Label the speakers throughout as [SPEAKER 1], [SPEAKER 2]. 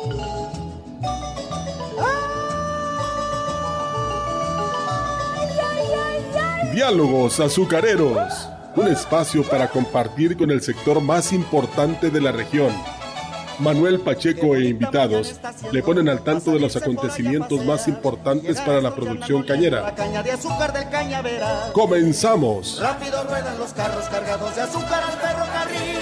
[SPEAKER 1] Diálogos Azucareros, un espacio para compartir con el sector más importante de la región. Manuel Pacheco e invitados le ponen al tanto de los acontecimientos más importantes para la producción cañera. ¡Comenzamos!
[SPEAKER 2] Rápido ruedan los carros cargados de azúcar al ferrocarril.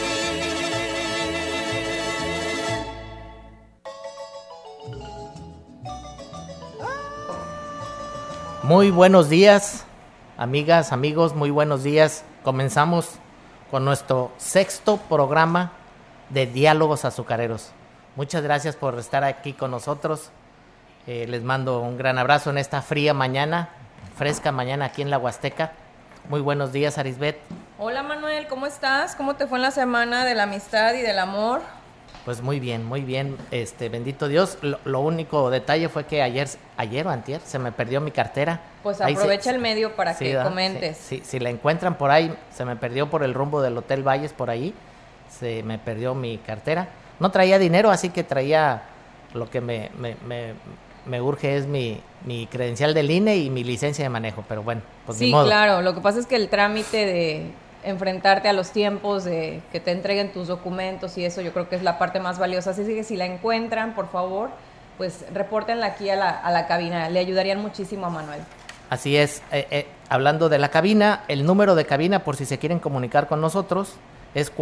[SPEAKER 3] Muy buenos días, amigas, amigos, muy buenos días. Comenzamos con nuestro 6º programa de Diálogos Azucareros. Muchas gracias por estar aquí con nosotros. Les mando un gran abrazo en esta fría mañana, fresca mañana aquí en la Huasteca. Muy buenos días, Arisbet.
[SPEAKER 4] Hola, Manuel, ¿cómo estás? ¿Cómo te fue en la semana de la amistad y del amor?
[SPEAKER 3] Pues muy bien, bendito Dios. Lo único detalle fue que ayer o antier se me perdió mi cartera.
[SPEAKER 4] Pues aprovecha el medio para que comentes.
[SPEAKER 3] Si la encuentran por ahí, se me perdió por el rumbo del Hotel Valles, por ahí, se me perdió mi cartera. No traía dinero, así que traía lo que me urge es mi credencial del INE y mi licencia de manejo, pero bueno, pues
[SPEAKER 4] sí,
[SPEAKER 3] ni modo.
[SPEAKER 4] Claro, lo que pasa es que el trámite de enfrentarte a los tiempos de que te entreguen tus documentos y eso yo creo que es la parte más valiosa, así que si la encuentran, por favor, pues repórtenla aquí a la cabina, le ayudarían muchísimo a Manuel. Así es,
[SPEAKER 3] hablando de la cabina, el número de cabina por si se quieren comunicar con nosotros es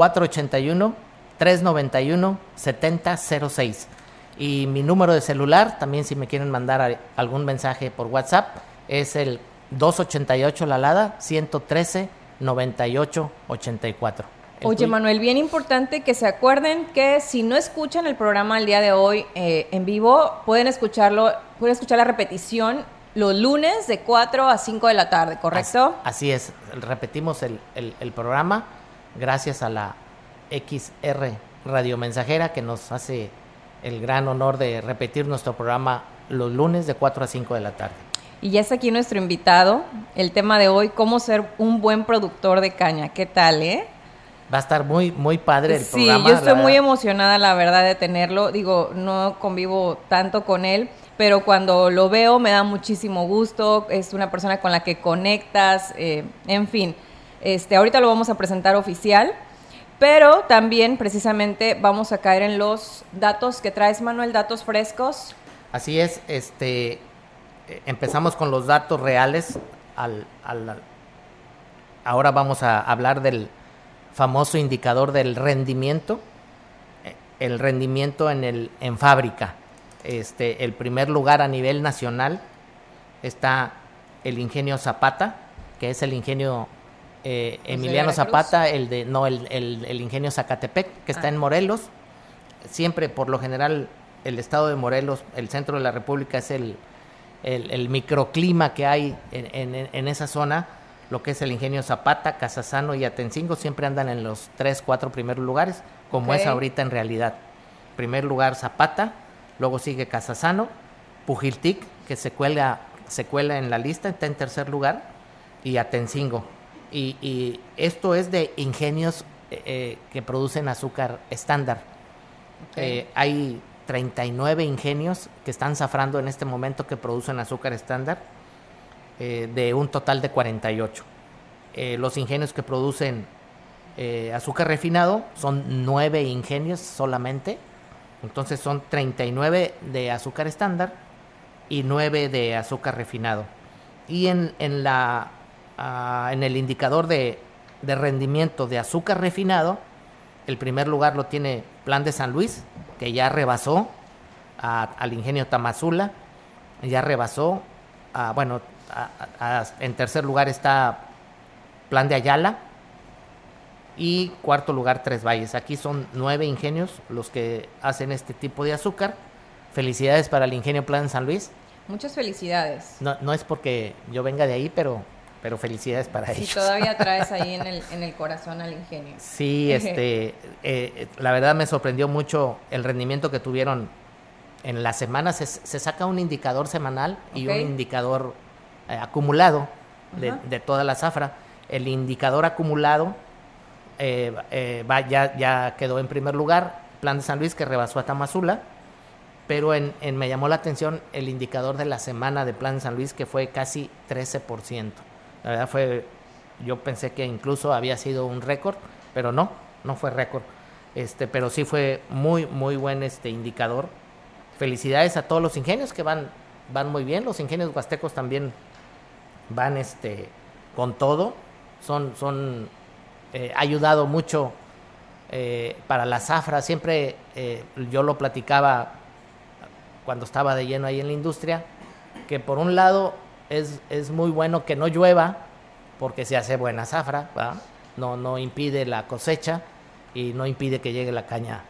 [SPEAKER 3] 481-391-7006 y mi número de celular, también si me quieren mandar algún mensaje por WhatsApp, es el 288 Lalada 113 9884.
[SPEAKER 4] Oye, Manuel, bien importante que se acuerden que si no escuchan el programa el día de hoy en vivo, pueden escuchar la repetición los lunes de 4 a 5 de la tarde, ¿correcto?
[SPEAKER 3] Así es, repetimos el programa gracias a la XR Radio Mensajera que nos hace el gran honor de repetir nuestro programa los lunes de 4 a 5 de la tarde.
[SPEAKER 4] Y ya está aquí nuestro invitado. El tema de hoy, cómo ser un buen productor de caña. ¿Qué tal,
[SPEAKER 3] Va a estar muy, muy padre el programa.
[SPEAKER 4] Sí, yo estoy muy emocionada, la verdad, de tenerlo. Digo, no convivo tanto con él, pero cuando lo veo me da muchísimo gusto. Es una persona con la que conectas, en fin. Ahorita lo vamos a presentar oficial, pero también precisamente vamos a caer en los datos que traes, Manuel, datos frescos.
[SPEAKER 3] Así es, empezamos con los datos reales. Ahora vamos a hablar del famoso indicador del rendimiento, el rendimiento en fábrica. El primer lugar a nivel nacional está el Ingenio Zapata, que es el Ingenio Emiliano Zapata, el Ingenio Zacatepec, que está en Morelos. Siempre, por lo general, el estado de Morelos, el centro de la República, es el microclima que hay en esa zona. Lo que es el Ingenio Zapata, Casasano y Atencingo siempre andan en los 3, 4 primeros lugares, como es ahorita en realidad. Primer lugar Zapata, luego sigue Casasano, Pujiltic, que se cuela en la lista, está en tercer lugar, y Atencingo. Y esto es de ingenios que producen azúcar estándar. Hay 39 ingenios que están zafrando en este momento que producen azúcar estándar, de un total de 48. Los ingenios que producen azúcar refinado son 9 ingenios solamente, entonces son 39 de azúcar estándar y 9 de azúcar refinado. Y en el indicador de rendimiento de azúcar refinado, el primer lugar lo tiene Plan de San Luis, que ya rebasó al Ingenio Tamazula, ya rebasó, en tercer lugar está Plan de Ayala y cuarto lugar Tres Valles. Aquí son 9 ingenios los que hacen este tipo de azúcar. Felicidades para el Ingenio Plan de San Luis.
[SPEAKER 4] Muchas felicidades.
[SPEAKER 3] No es porque yo venga de ahí, pero felicidades para ellos.
[SPEAKER 4] Y todavía traes ahí en el corazón al ingenio.
[SPEAKER 3] Sí, la verdad me sorprendió mucho el rendimiento que tuvieron en la semana. Se saca un indicador semanal y un indicador acumulado de toda la zafra. El indicador acumulado ya quedó en primer lugar Plan de San Luis, que rebasó a Tamazula, pero me llamó la atención el indicador de la semana de Plan San Luis, que fue casi 13%. La verdad yo pensé que incluso había sido un récord, pero no fue récord. Pero sí fue muy, muy buen indicador. Felicidades a todos los ingenios que van muy bien. Los ingenios huastecos también van con todo. Son ayudado mucho para la zafra. Siempre yo lo platicaba cuando estaba de lleno ahí en la industria, que por un lado es muy bueno que no llueva, porque se hace buena zafra, ¿verdad? No impide la cosecha y no impide que llegue la caña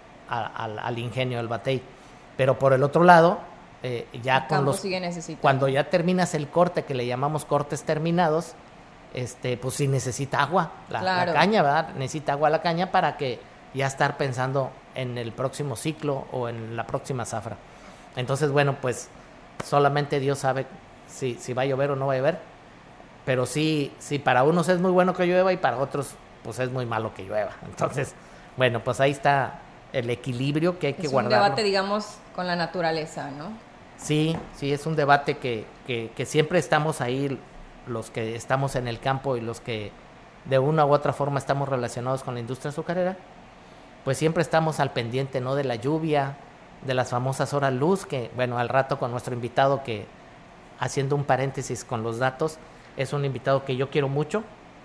[SPEAKER 3] al ingenio del batey. Pero por el otro lado, ya cuando ya terminas el corte, que le llamamos cortes terminados, pues sí necesita agua la caña, ¿verdad? Necesita agua la caña para que ya estar pensando en el próximo ciclo o en la próxima zafra. Entonces, bueno, pues solamente Dios sabe si va a llover o no va a llover, pero sí para unos es muy bueno que llueva y para otros pues es muy malo que llueva. Entonces, bueno, pues ahí está el equilibrio que hay que guardar. Es un
[SPEAKER 4] debate, digamos, con la naturaleza, ¿no?
[SPEAKER 3] Sí, es un debate que siempre estamos ahí, los que estamos en el campo y los que de una u otra forma estamos relacionados con la industria azucarera, pues siempre estamos al pendiente, ¿no? De la lluvia, de las famosas horas luz, que bueno, al rato con nuestro invitado, que haciendo un paréntesis con los datos, es un invitado que yo quiero mucho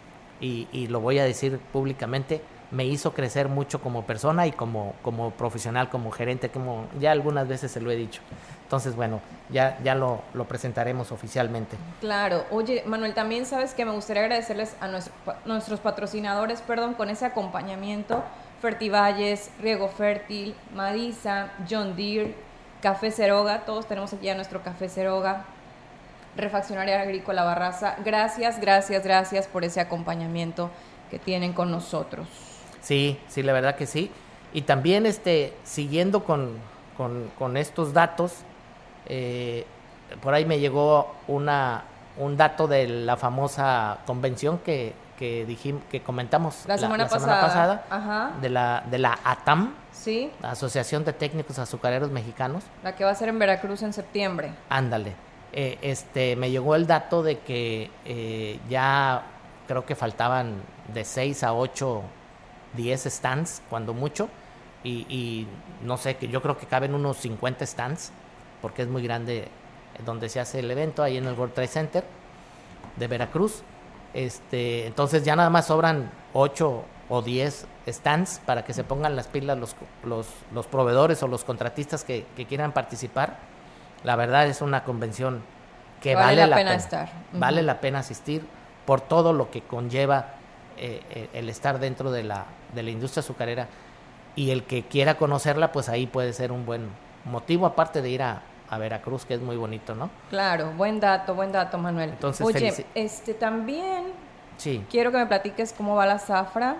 [SPEAKER 3] y lo voy a decir públicamente, me hizo crecer mucho como persona y como profesional, como gerente, como ya algunas veces se lo he dicho. Entonces, bueno, ya lo presentaremos oficialmente.
[SPEAKER 4] Claro. Oye, Manuel, también sabes que me gustaría agradecerles a nuestros patrocinadores, con ese acompañamiento: Fertivalles, Riego Fértil, Madisa, John Deere, Café Ceroga. Todos tenemos aquí ya nuestro Café Ceroga. Refaccionaria Agrícola Barraza. Gracias por ese acompañamiento que tienen con nosotros.
[SPEAKER 3] Sí, la verdad que sí. Y también siguiendo con estos datos, por ahí me llegó un dato de la famosa convención que comentamos
[SPEAKER 4] la semana pasada. Ajá.
[SPEAKER 3] de la ATAM,
[SPEAKER 4] sí,
[SPEAKER 3] la Asociación de Técnicos Azucareros Mexicanos,
[SPEAKER 4] la que va a ser en Veracruz en septiembre.
[SPEAKER 3] Ándale. Me llegó el dato de que ya creo que faltaban de 6 a 8, 10 stands, cuando mucho, y no sé, que yo creo que caben unos 50 stands, porque es muy grande donde se hace el evento, ahí en el World Trade Center de Veracruz. Entonces ya nada más sobran 8 o 10 stands para que se pongan las pilas los proveedores o los contratistas que quieran participar. La verdad es una convención que vale la pena
[SPEAKER 4] estar.
[SPEAKER 3] Vale la pena asistir por todo lo que conlleva el estar dentro de la industria azucarera, y el que quiera conocerla, pues ahí puede ser un buen motivo, aparte de ir a Veracruz, que es muy bonito, ¿no?
[SPEAKER 4] Claro, buen dato, Manuel.
[SPEAKER 3] Entonces,
[SPEAKER 4] oye, también
[SPEAKER 3] sí,
[SPEAKER 4] quiero que me platiques cómo va la zafra.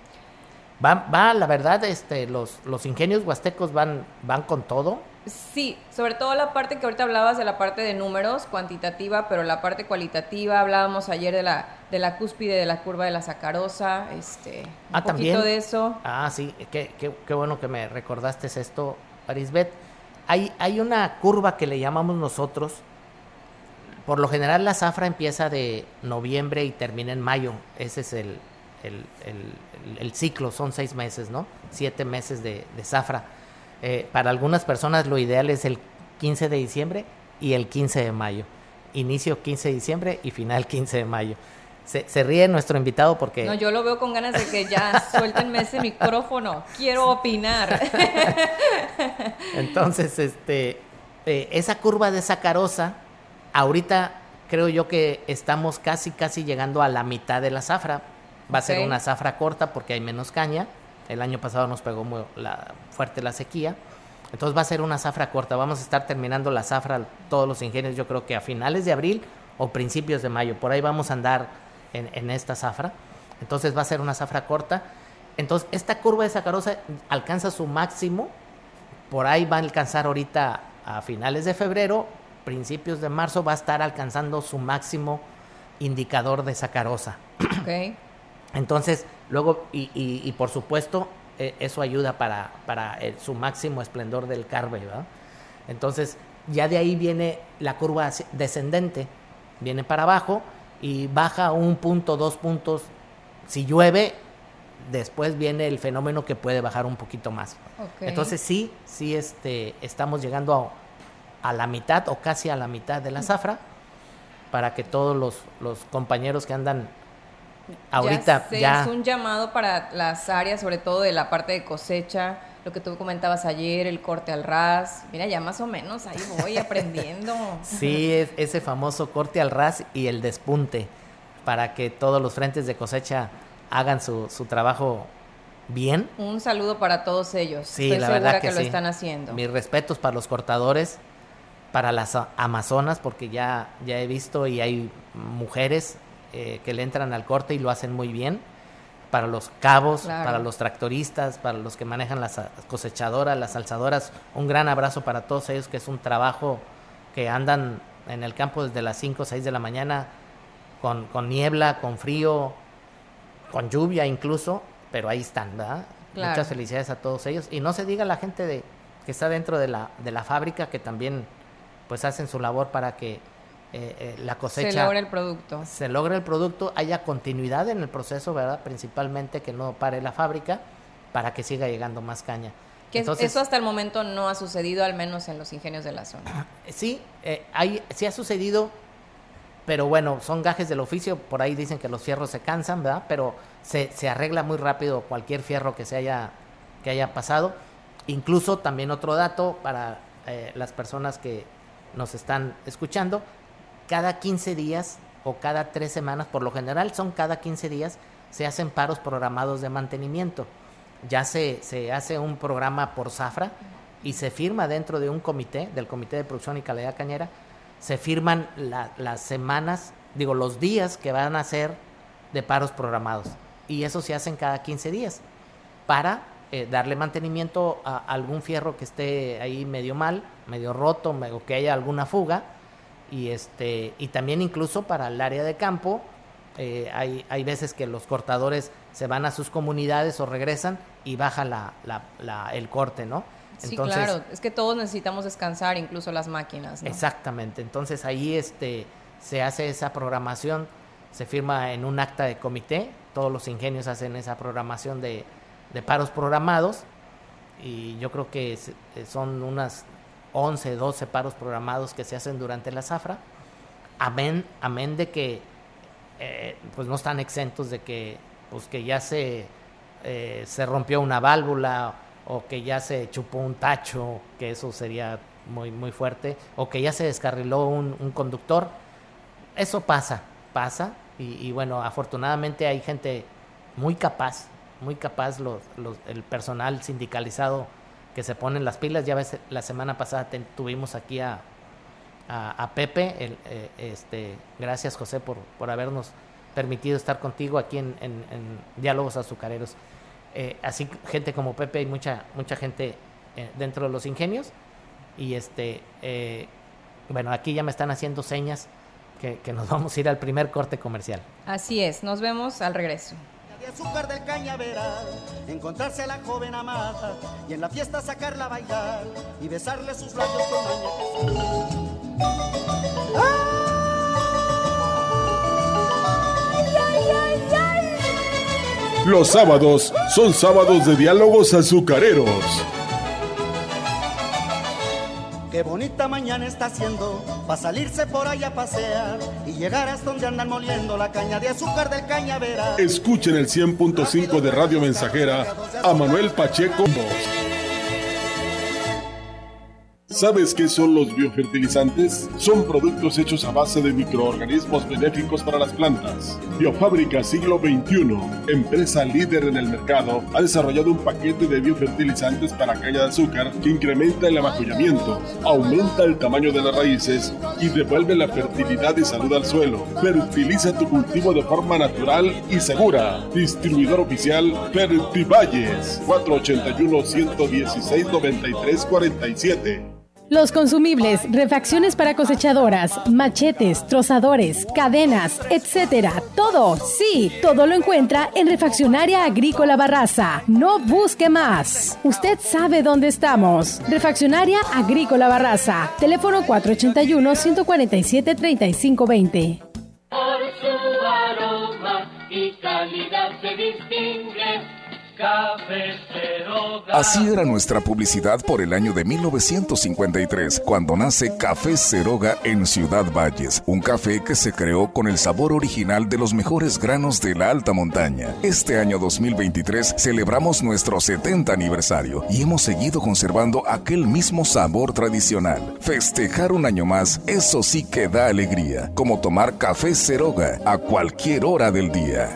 [SPEAKER 3] Va, la verdad, los ingenios huastecos van con todo.
[SPEAKER 4] Sí, sobre todo la parte que ahorita hablabas de la parte de números, cuantitativa, pero la parte cualitativa, hablábamos ayer de la cúspide de la curva de la sacarosa, un poquito
[SPEAKER 3] también
[SPEAKER 4] de eso.
[SPEAKER 3] Sí, qué bueno que me recordaste esto, Arisbet. Hay una curva que le llamamos nosotros. Por lo general la zafra empieza de noviembre y termina en mayo. Ese es el ciclo, son 6 meses, ¿no? 7 meses de zafra. Para algunas personas lo ideal es el 15 de diciembre y el 15 de mayo. Inicio 15 de diciembre y final 15 de mayo. Se ríe nuestro invitado porque...
[SPEAKER 4] No, yo lo veo con ganas de que ya suéltenme ese micrófono. Quiero opinar.
[SPEAKER 3] Entonces, esa curva de sacarosa, ahorita creo yo que estamos casi llegando a la mitad de la zafra. Va a ser una zafra corta porque hay menos caña. El año pasado nos pegó muy fuerte la sequía. Entonces va a ser una zafra corta. Vamos a estar terminando la zafra todos los ingenios, yo creo que a finales de abril o principios de mayo. Por ahí vamos a andar en esta zafra. Entonces va a ser una zafra corta. Entonces esta curva de sacarosa alcanza su máximo. Por ahí va a alcanzar ahorita a finales de febrero, principios de marzo, va a estar alcanzando su máximo indicador de sacarosa.
[SPEAKER 4] Okay.
[SPEAKER 3] Entonces, luego, y por supuesto, eso ayuda para su máximo esplendor del carbe, ¿verdad? Entonces, ya de ahí viene la curva descendente, viene para abajo y baja 1 punto, 2 puntos. Si llueve, después viene el fenómeno que puede bajar un poquito más.
[SPEAKER 4] Okay.
[SPEAKER 3] Entonces sí, estamos llegando a la mitad o casi a la mitad de la zafra, para que todos los compañeros que andan ahorita
[SPEAKER 4] ya es un llamado para las áreas, sobre todo de la parte de cosecha, lo que tú comentabas ayer, el corte al ras. Mira, ya más o menos ahí voy aprendiendo.
[SPEAKER 3] Sí, ese famoso corte al ras y el despunte, para que todos los frentes de cosecha hagan su trabajo bien.
[SPEAKER 4] Un saludo para todos ellos.
[SPEAKER 3] Sí,
[SPEAKER 4] estoy
[SPEAKER 3] la
[SPEAKER 4] segura
[SPEAKER 3] verdad que
[SPEAKER 4] lo
[SPEAKER 3] sí.
[SPEAKER 4] están haciendo.
[SPEAKER 3] Mis respetos para los cortadores, para las amazonas, porque ya he visto y hay mujeres que le entran al corte y lo hacen muy bien. Para los cabos,
[SPEAKER 4] claro,
[SPEAKER 3] para los tractoristas, para los que manejan las cosechadoras, las alzadoras, un gran abrazo para todos ellos, que es un trabajo que andan en el campo desde las 5 o 6 de la mañana, con niebla, con frío, con lluvia incluso, pero ahí están, ¿verdad?
[SPEAKER 4] Claro.
[SPEAKER 3] Muchas felicidades a todos ellos. Y no se diga la gente que está dentro de la fábrica, que también pues hacen su labor para que la cosecha se logre el producto, haya continuidad en el proceso, ¿verdad? Principalmente que no pare la fábrica, para que siga llegando más caña.
[SPEAKER 4] Entonces, eso hasta el momento no ha sucedido, al menos en los ingenios de la zona.
[SPEAKER 3] Sí, sí ha sucedido, pero bueno, son gajes del oficio. Por ahí dicen que los fierros se cansan, ¿verdad? Pero se arregla muy rápido cualquier fierro que haya pasado. Incluso también otro dato para las personas que nos están escuchando: cada 15 días o cada 3 semanas, por lo general son cada 15 días, se hacen paros programados de mantenimiento. Ya se hace un programa por zafra y se firma dentro de un comité, del Comité de Producción y Calidad Cañera, se firman las semanas, los días que van a ser de paros programados. Y eso se hacen cada 15 días para darle mantenimiento a algún fierro que esté ahí medio mal, medio roto, o que haya alguna fuga. Y también incluso para el área de campo, hay veces que los cortadores se van a sus comunidades o regresan y baja el corte, ¿no?
[SPEAKER 4] Entonces, sí, claro, es que todos necesitamos descansar, incluso las máquinas, ¿no?
[SPEAKER 3] Exactamente, entonces ahí se hace esa programación, se firma en un acta de comité, todos los ingenios hacen esa programación de paros programados, y yo creo que son unas 11, 12 paros programados que se hacen durante la zafra, amén de que pues no están exentos de que ya se rompió una válvula, o que ya se chupó un tacho, que eso sería muy, muy fuerte, o que ya se descarriló un conductor. Eso pasa, y bueno, afortunadamente hay gente muy capaz, el personal sindicalizado que se ponen las pilas. Ya ves, la semana pasada tuvimos aquí a Pepe, gracias José por habernos permitido estar contigo aquí en Diálogos Azucareros. Así gente como Pepe, hay mucha gente dentro de los ingenios, y bueno, aquí ya me están haciendo señas que nos vamos a ir al primer corte comercial.
[SPEAKER 4] Así es, nos vemos al regreso.
[SPEAKER 2] De azúcar del cañaveral, encontrarse a la joven amada y en la fiesta sacarla a bailar y besarle sus labios con
[SPEAKER 1] Los sábados son sábados de Diálogos Azucareros.
[SPEAKER 2] Qué bonita mañana está haciendo para salirse por allá a pasear y llegar hasta donde andan moliendo la caña de azúcar del cañaveral.
[SPEAKER 1] Escuchen el 100.5 de Radio Mensajera a Manuel Pacheco. ¿Sabes qué son los biofertilizantes? Son productos hechos a base de microorganismos benéficos para las plantas. Biofábrica Siglo XXI, empresa líder en el mercado, ha desarrollado un paquete de biofertilizantes para caña de azúcar que incrementa el amacullamiento, aumenta el tamaño de las raíces y devuelve la fertilidad y salud al suelo. Fertiliza tu cultivo de forma natural y segura. Distribuidor oficial Fertivalles, 481-116-9347.
[SPEAKER 5] Los consumibles, refacciones para cosechadoras, machetes, trozadores, cadenas, etcétera. Todo, sí, todo lo encuentra en Refaccionaria Agrícola Barraza. No busque más. Usted sabe dónde estamos. Refaccionaria Agrícola Barraza. Teléfono 481-147-3520.
[SPEAKER 6] Por su aroma y calidad se distingue Café Ceroga.
[SPEAKER 7] Así era nuestra publicidad por el año de 1953, cuando nace Café Ceroga en Ciudad Valles, un café que se creó con el sabor original de los mejores granos de la alta montaña. Este año 2023 celebramos nuestro 70 aniversario y hemos seguido conservando aquel mismo sabor tradicional. Festejar un año más, eso sí que da alegría, como tomar Café Ceroga a cualquier hora del día.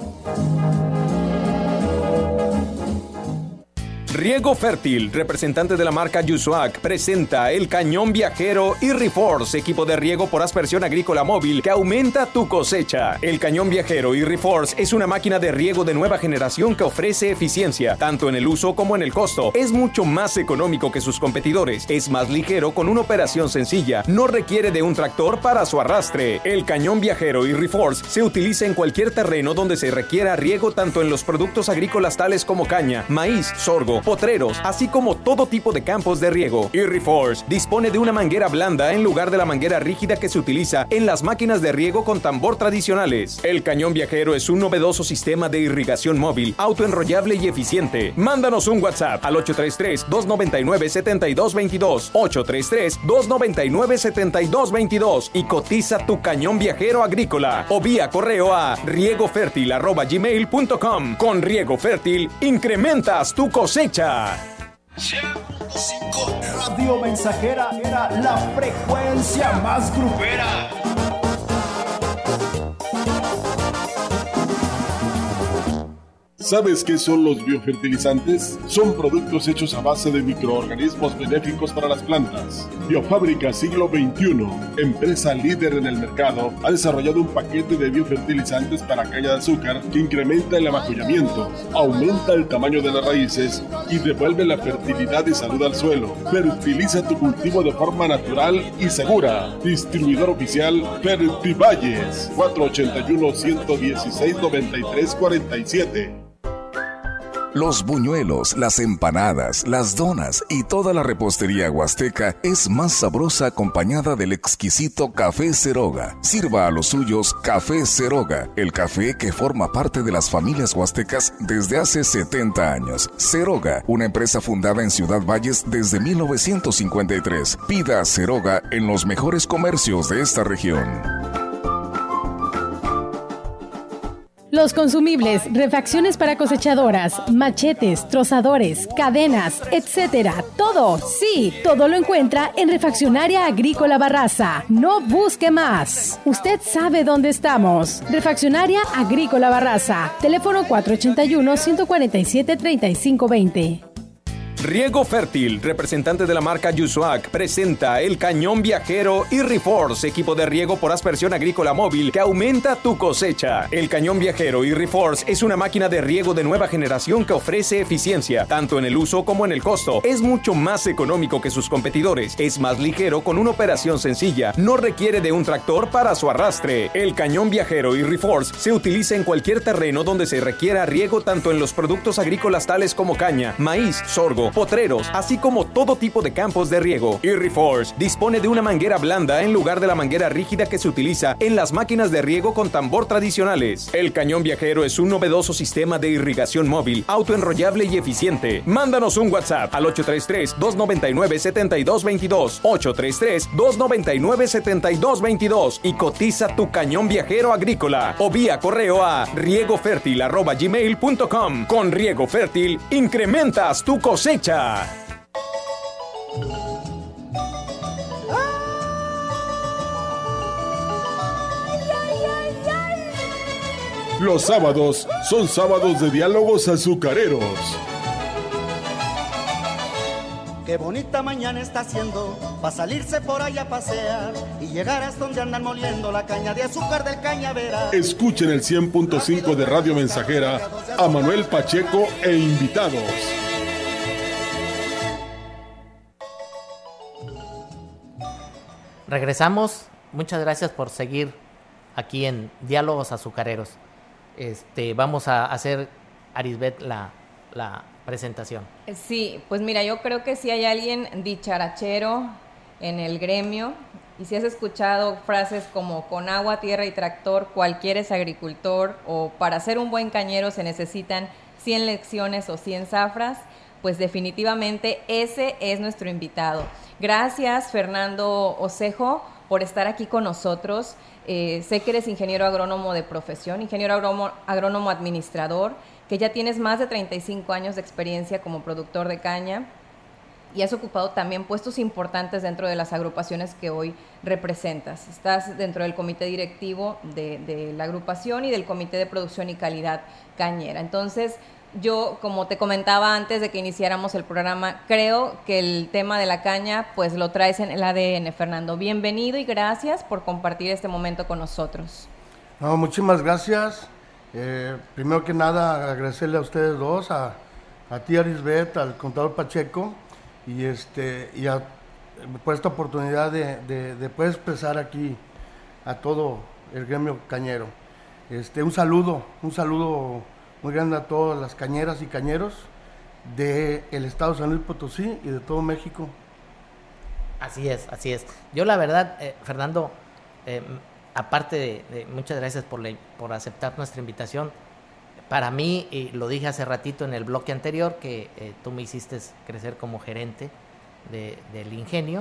[SPEAKER 8] Riego Fértil, representante de la marca Yusuac, presenta el cañón viajero Irriforce, equipo de riego por aspersión agrícola móvil que aumenta tu cosecha. El cañón viajero Irriforce es una máquina de riego de nueva generación que ofrece eficiencia, tanto en el uso como en el costo. Es mucho más económico que sus competidores, es más ligero con una operación sencilla, no requiere de un tractor para su arrastre. El cañón viajero Irriforce se utiliza en cualquier terreno donde se requiera riego, tanto en los productos agrícolas tales como caña, maíz, sorgo, potreros, así como todo tipo de campos de riego. Irriforce dispone de una manguera blanda en lugar de la manguera rígida que se utiliza en las máquinas de riego con tambor tradicionales. El cañón viajero es un novedoso sistema de irrigación móvil, autoenrollable y eficiente. Mándanos un WhatsApp al 833-299-7222, 833-299-7222 y cotiza tu cañón viajero agrícola o vía correo a riegofertil@gmail.com. Con Riego Fértil incrementas tu cosecha.
[SPEAKER 9] Radio Mensajera era la frecuencia más grupera.
[SPEAKER 1] ¿Sabes qué son los biofertilizantes? Son productos hechos a base de microorganismos benéficos para las plantas. Biofábrica Siglo XXI, empresa líder en el mercado, ha desarrollado un paquete de biofertilizantes para caña de azúcar que incrementa el amacullamiento, aumenta el tamaño de las raíces y devuelve la fertilidad y salud al suelo. Fertiliza tu cultivo de forma natural y segura. Distribuidor oficial Fertivalles, 481-116-9347.
[SPEAKER 7] Los buñuelos, las empanadas, las donas y toda la repostería huasteca es más sabrosa acompañada del exquisito Café Ceroga. Sirva a los suyos Café Ceroga, el café que forma parte de las familias huastecas desde hace 70 años. Ceroga, una empresa fundada en Ciudad Valles desde 1953. Pida Ceroga en los mejores comercios de esta región.
[SPEAKER 5] Los consumibles, refacciones para cosechadoras, machetes, trozadores, cadenas, etcétera. Todo, sí, todo lo encuentra en Refaccionaria Agrícola Barraza. No busque más. Usted sabe dónde estamos. Refaccionaria Agrícola Barraza. Teléfono 481-147-3520.
[SPEAKER 8] Riego Fértil, representante de la marca Yusuac, presenta el cañón viajero Irriforce, equipo de riego por aspersión agrícola móvil que aumenta tu cosecha. El cañón viajero Irriforce es una máquina de riego de nueva generación que ofrece eficiencia, tanto en el uso como en el costo. Es mucho más económico que sus competidores, es más ligero con una operación sencilla, no requiere de un tractor para su arrastre. El cañón viajero Irriforce se utiliza en cualquier terreno donde se requiera riego, tanto en los productos agrícolas tales como caña, maíz, sorgo, potreros, así como todo tipo de campos de riego. Irriforce dispone de una manguera blanda en lugar de la manguera rígida que se utiliza en las máquinas de riego con tambor tradicionales. El cañón viajero es un novedoso sistema de irrigación móvil, autoenrollable y eficiente. Mándanos un WhatsApp al 833-299-7222, 833-299-7222 y cotiza tu cañón viajero agrícola o vía correo a riegofertil@gmail.com. Con Riego Fértil incrementas tu cosecha.
[SPEAKER 1] Los sábados son sábados de diálogos azucareros.
[SPEAKER 2] Qué bonita mañana está haciendo para salirse por allá a pasear y llegar hasta donde andan moliendo la caña de azúcar del cañaveral.
[SPEAKER 1] Escuchen el 100.5 de Radio Mensajera a Manuel Pacheco e invitados.
[SPEAKER 3] Regresamos. Muchas gracias por seguir aquí en Diálogos Azucareros. Vamos a hacer, Arisbet, la presentación.
[SPEAKER 4] Sí, pues mira, yo creo que si hay alguien dicharachero en el gremio, y si has escuchado frases como con agua, tierra y tractor, cualquiera es agricultor, o para ser un buen cañero se necesitan 100 lecciones o 100 zafras, pues definitivamente ese es nuestro invitado. Gracias, Fernando Osejo, por estar aquí con nosotros. Sé que eres ingeniero agrónomo de profesión, ingeniero agrónomo administrador, que ya tienes más de 35 años de experiencia como productor de caña y has ocupado también puestos importantes dentro de las agrupaciones que hoy representas. Estás dentro del comité directivo de la agrupación y del comité de producción y calidad cañera. Entonces, yo, como te comentaba antes de que iniciáramos el programa, creo que el tema de la caña, pues lo traes en el ADN, Fernando. Bienvenido y gracias por compartir este momento con nosotros.
[SPEAKER 10] No, muchísimas gracias. Primero que nada, agradecerle a ustedes dos, a ti, Arisbet, al contador Pacheco, y por esta oportunidad de poder expresar aquí a todo el gremio cañero. Un saludo muy grande a todas las cañeras y cañeros del estado de San Luis Potosí y de todo México.
[SPEAKER 3] Así es. Yo la verdad, Fernando, aparte de muchas gracias por aceptar nuestra invitación. Para mí, y lo dije hace ratito en el bloque anterior, que tú me hiciste crecer como gerente del ingenio.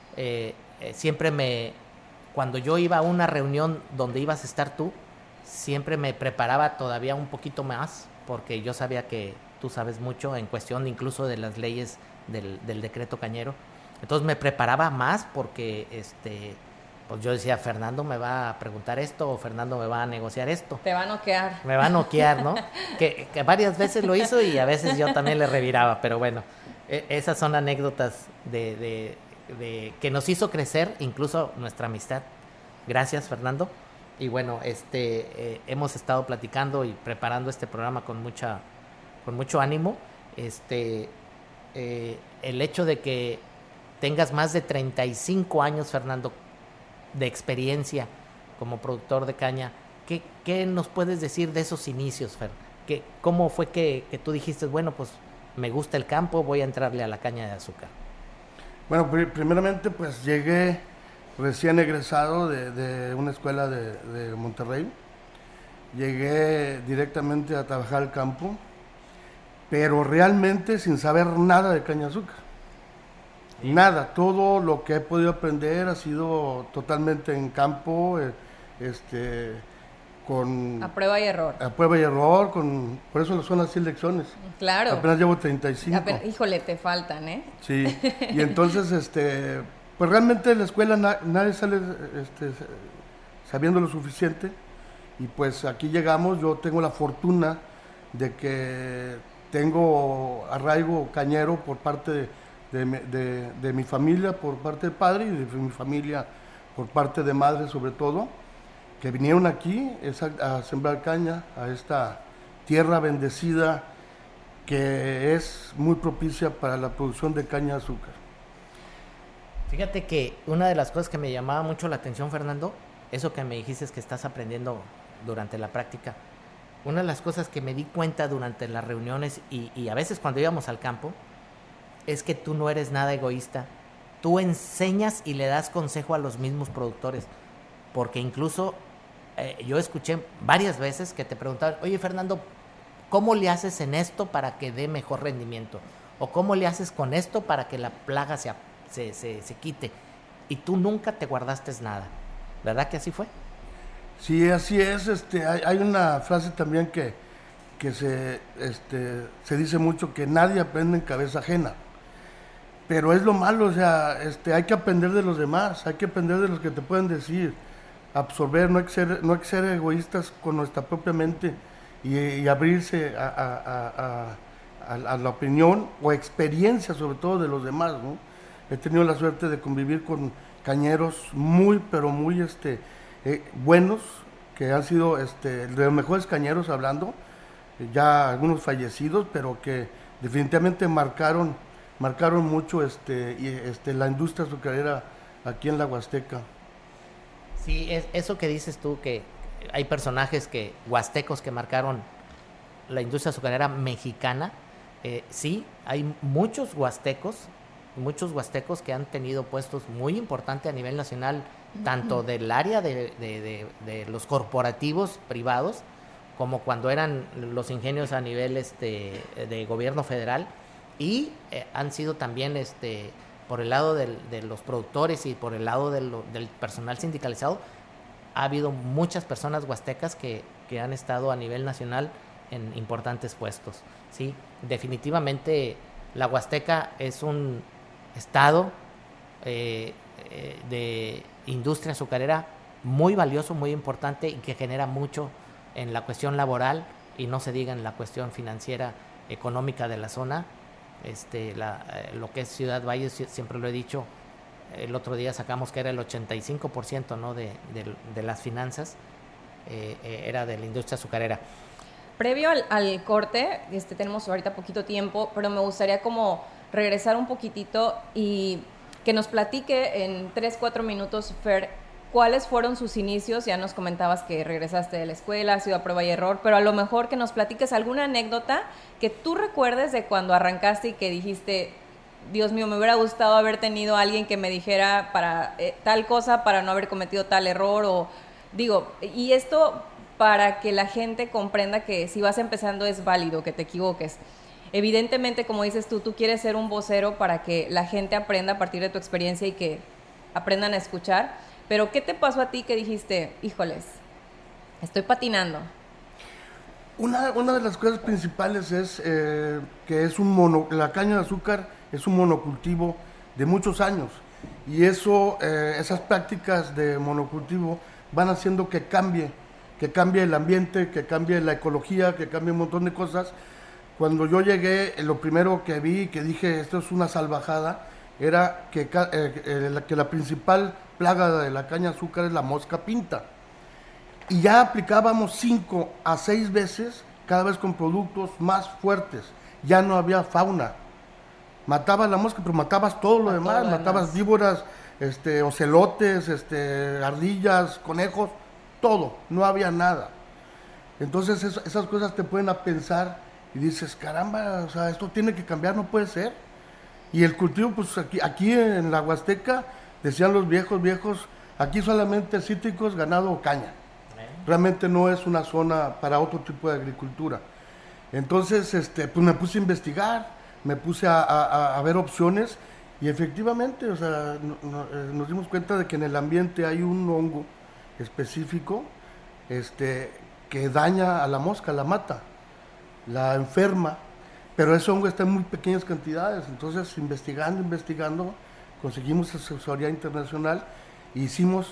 [SPEAKER 3] Cuando yo iba a una reunión donde ibas a estar tú, siempre me preparaba todavía un poquito más, porque yo sabía que tú sabes mucho en cuestión incluso de las leyes del decreto cañero. Entonces me preparaba más porque pues yo decía, Fernando me va a preguntar esto o Fernando me va a negociar esto.
[SPEAKER 4] Te va a noquear.
[SPEAKER 3] Me va a noquear, ¿no? que varias veces lo hizo y a veces yo también le reviraba, pero bueno, esas son anécdotas de que nos hizo crecer incluso nuestra amistad. Gracias, Fernando. Y bueno, hemos estado platicando y preparando este programa con mucho ánimo. El hecho de que tengas más de 35 años, Fernando, de experiencia como productor de caña, ¿qué nos puedes decir de esos inicios, Fer? ¿Cómo fue que tú dijiste, bueno, pues me gusta el campo, voy a entrarle a la caña de azúcar?
[SPEAKER 10] Bueno, primeramente pues llegué recién egresado de una escuela de Monterrey. Llegué directamente a trabajar al campo, pero realmente sin saber nada de caña de azúcar. Nada, todo lo que he podido aprender ha sido totalmente en campo, con...
[SPEAKER 4] A prueba y error.
[SPEAKER 10] A prueba y error, por eso son las 100 lecciones.
[SPEAKER 4] Claro.
[SPEAKER 10] Apenas llevo 35.
[SPEAKER 4] Híjole, te faltan, ¿eh?
[SPEAKER 10] Sí, y entonces, pues realmente en la escuela nadie sale sabiendo lo suficiente, y pues aquí llegamos. Yo tengo la fortuna de que tengo arraigo cañero por parte de mi familia, por parte de padre, y de mi familia por parte de madre sobre todo, que vinieron aquí a sembrar caña, a esta tierra bendecida que es muy propicia para la producción de caña de azúcar.
[SPEAKER 3] Fíjate que una de las cosas que me llamaba mucho la atención, Fernando, eso que me dijiste es que estás aprendiendo durante la práctica. Una de las cosas que me di cuenta durante las reuniones y a veces cuando íbamos al campo, es que tú no eres nada egoísta. Tú enseñas y le das consejo a los mismos productores, porque incluso yo escuché varias veces que te preguntaban, oye, Fernando, ¿cómo le haces en esto para que dé mejor rendimiento? ¿O cómo le haces con esto para que la plaga se quite? Y tú nunca te guardaste nada. ¿Verdad que así fue?
[SPEAKER 10] Sí, así es. Hay una frase también que se dice mucho, que nadie aprende en cabeza ajena. Pero es lo malo, o sea, hay que aprender de los demás, hay que aprender de los que te pueden decir, absorber, no hay que ser egoístas con nuestra propia mente y abrirse a la opinión o experiencia sobre todo de los demás, ¿no? He tenido la suerte de convivir con cañeros muy, pero muy buenos, que han sido de los mejores cañeros hablando, ya algunos fallecidos, pero que definitivamente marcaron mucho la industria azucarera aquí en la Huasteca.
[SPEAKER 3] Sí, eso que dices tú, que hay personajes huastecos que marcaron la industria azucarera mexicana. Sí, hay muchos huastecos que han tenido puestos muy importantes a nivel nacional, tanto del área de los corporativos privados, como cuando eran los ingenios a nivel de gobierno federal, y han sido también por el lado de los productores y por el lado del personal sindicalizado. Ha habido muchas personas huastecas que han estado a nivel nacional en importantes puestos. Sí, definitivamente la Huasteca es un estado de industria azucarera muy valioso, muy importante, y que genera mucho en la cuestión laboral, y no se diga en la cuestión financiera, económica de la zona. Lo que es Ciudad Valles, siempre lo he dicho, el otro día sacamos que era el 85%, ¿no?, de las finanzas era de la industria azucarera.
[SPEAKER 4] Previo al corte, tenemos ahorita poquito tiempo, pero me gustaría como regresar un poquitito y que nos platique en 3-4 minutos, Fer, cuáles fueron sus inicios. Ya nos comentabas que regresaste de la escuela, has ido a prueba y error, pero a lo mejor que nos platiques alguna anécdota que tú recuerdes de cuando arrancaste y que dijiste, Dios mío, me hubiera gustado haber tenido a alguien que me dijera para tal cosa, para no haber cometido tal error, y esto para que la gente comprenda que si vas empezando es válido que te equivoques. Evidentemente, como dices tú quieres ser un vocero para que la gente aprenda a partir de tu experiencia y que aprendan a escuchar, pero ¿qué te pasó a ti que dijiste, híjoles, estoy patinando?
[SPEAKER 10] Una de las cosas principales es que la caña de azúcar es un monocultivo de muchos años, y esas prácticas de monocultivo van haciendo que cambie el ambiente, que cambie la ecología, que cambie un montón de cosas. Cuando yo llegué, lo primero que vi, que dije, esto es una salvajada, era que la principal plaga de la caña de azúcar es la mosca pinta. Y ya aplicábamos 5 a 6 veces, cada vez con productos más fuertes. Ya no había fauna. Matabas la mosca, pero matabas todo lo demás. Matabas víboras, ocelotes, ardillas, conejos, todo. No había nada. Entonces esas cosas te ponen a pensar y dices, caramba, o sea, esto tiene que cambiar, no puede ser. Y el cultivo, pues aquí en la Huasteca, decían los viejos, aquí solamente cítricos, ganado o caña. Realmente no es una zona para otro tipo de agricultura. Entonces, pues me puse a investigar, me puse a ver opciones, y efectivamente, o sea, nos dimos cuenta de que en el ambiente hay un hongo específico que daña a la mosca, la mata, la enferma, pero ese hongo está en muy pequeñas cantidades. Entonces, investigando, conseguimos asesoría internacional, e hicimos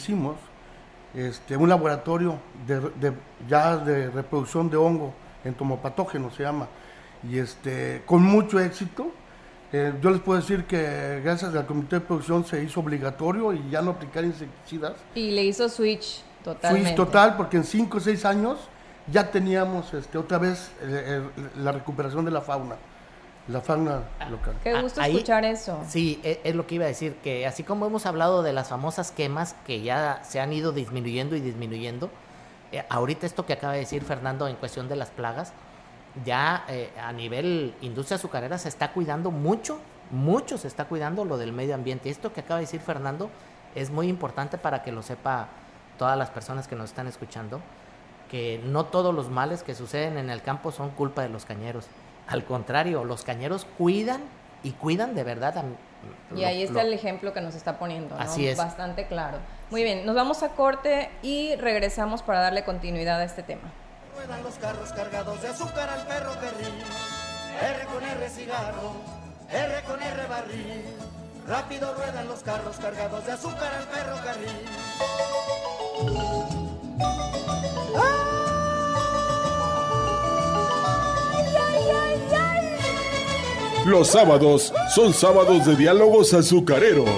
[SPEAKER 10] un laboratorio de reproducción de hongo entomopatógeno, se llama, y con mucho éxito. Yo les puedo decir que gracias al comité de producción se hizo obligatorio y ya no aplicar insecticidas.
[SPEAKER 4] Y le hizo switch totalmente.
[SPEAKER 10] Switch total, porque en 5 o 6 años ya teníamos otra vez la recuperación de la fauna local.
[SPEAKER 4] Qué gusto escuchar eso.
[SPEAKER 3] Sí, es lo que iba a decir, que así como hemos hablado de las famosas quemas que ya se han ido disminuyendo, ahorita esto que acaba de decir Fernando en cuestión de las plagas, ya a nivel industria azucarera se está cuidando mucho se está cuidando lo del medio ambiente. Esto que acaba de decir Fernando es muy importante para que lo sepa todas las personas que nos están escuchando, que no todos los males que suceden en el campo son culpa de los cañeros. Al contrario, los cañeros cuidan de verdad.
[SPEAKER 4] Y ahí está el ejemplo que nos está poniendo, ¿no?
[SPEAKER 3] Así es.
[SPEAKER 4] Bastante claro. Muy bien, nos vamos a corte y regresamos para darle continuidad a este tema.
[SPEAKER 2] Ruedan los carros cargados de azúcar al ferrocarril, R con R cigarro, R con R barril. Rápido ruedan los carros cargados de azúcar al ferrocarril.
[SPEAKER 1] Los sábados son sábados de diálogos azucareros.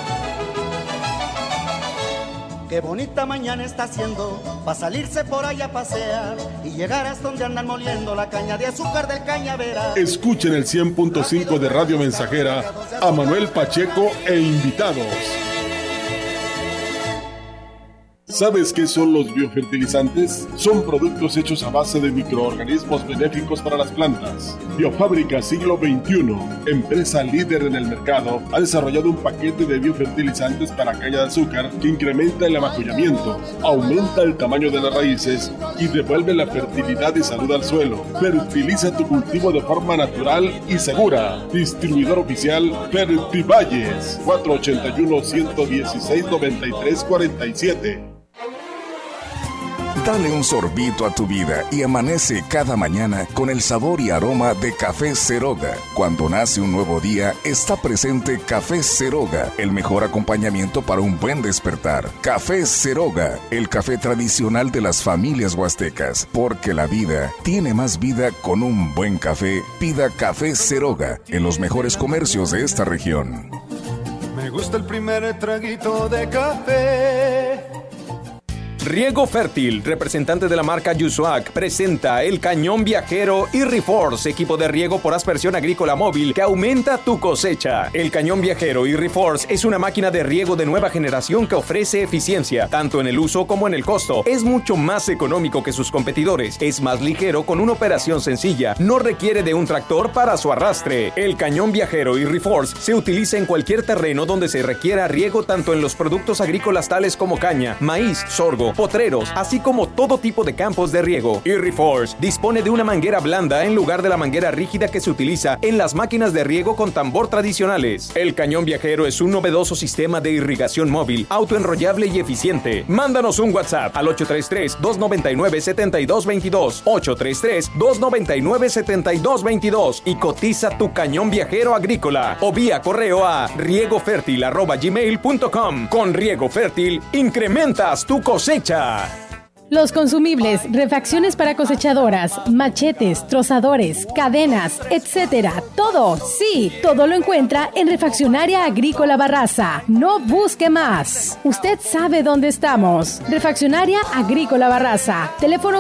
[SPEAKER 2] Qué bonita mañana está haciendo para salirse por allá a pasear y llegar hasta donde andan moliendo la caña de azúcar del cañaveral.
[SPEAKER 1] Escuchen el 100.5 de Radio Mensajera a Manuel Pacheco e invitados. ¿Sabes qué son los biofertilizantes? Son productos hechos a base de microorganismos benéficos para las plantas. Biofábrica Siglo XXI, empresa líder en el mercado, ha desarrollado un paquete de biofertilizantes para caña de azúcar que incrementa el amacullamiento, aumenta el tamaño de las raíces y devuelve la fertilidad y salud al suelo. Fertiliza tu cultivo de forma natural y segura. Distribuidor oficial Fertivalles, 481-116-9347.
[SPEAKER 7] Dale un sorbito a tu vida y amanece cada mañana con el sabor y aroma de Café Ceroga. Cuando nace un nuevo día, está presente Café Ceroga, el mejor acompañamiento para un buen despertar. Café Ceroga, el café tradicional de las familias huastecas. Porque la vida tiene más vida con un buen café. Pida Café Ceroga en los mejores comercios de esta región.
[SPEAKER 9] Me gusta el primer traguito de café.
[SPEAKER 8] Riego Fértil, representante de la marca Yusuac, presenta el Cañón Viajero y Reforce, equipo de riego por aspersión agrícola móvil que aumenta tu cosecha. El Cañón Viajero y Reforce es una máquina de riego de nueva generación que ofrece eficiencia, tanto en el uso como en el costo. Es mucho más económico que sus competidores, es más ligero con una operación sencilla, no requiere de un tractor para su arrastre. El Cañón Viajero y Reforce se utiliza en cualquier terreno donde se requiera riego, tanto en los productos agrícolas tales como caña, maíz, sorgo, potreros, así como todo tipo de campos de riego. Irriforce dispone de una manguera blanda en lugar de la manguera rígida que se utiliza en las máquinas de riego con tambor tradicionales. El Cañón Viajero es un novedoso sistema de irrigación móvil, autoenrollable y eficiente. Mándanos un WhatsApp al 833-299-7222, 833-299-7222 y cotiza tu Cañón Viajero agrícola o vía correo a riegofertil@gmail.com. Con Riego Fértil incrementas tu cosecha.
[SPEAKER 5] Los consumibles, refacciones para cosechadoras, machetes, trozadores, cadenas, etcétera. Todo, sí, todo lo encuentra en Refaccionaria Agrícola Barraza. No busque más. Usted sabe dónde estamos. Refaccionaria Agrícola Barraza. Teléfono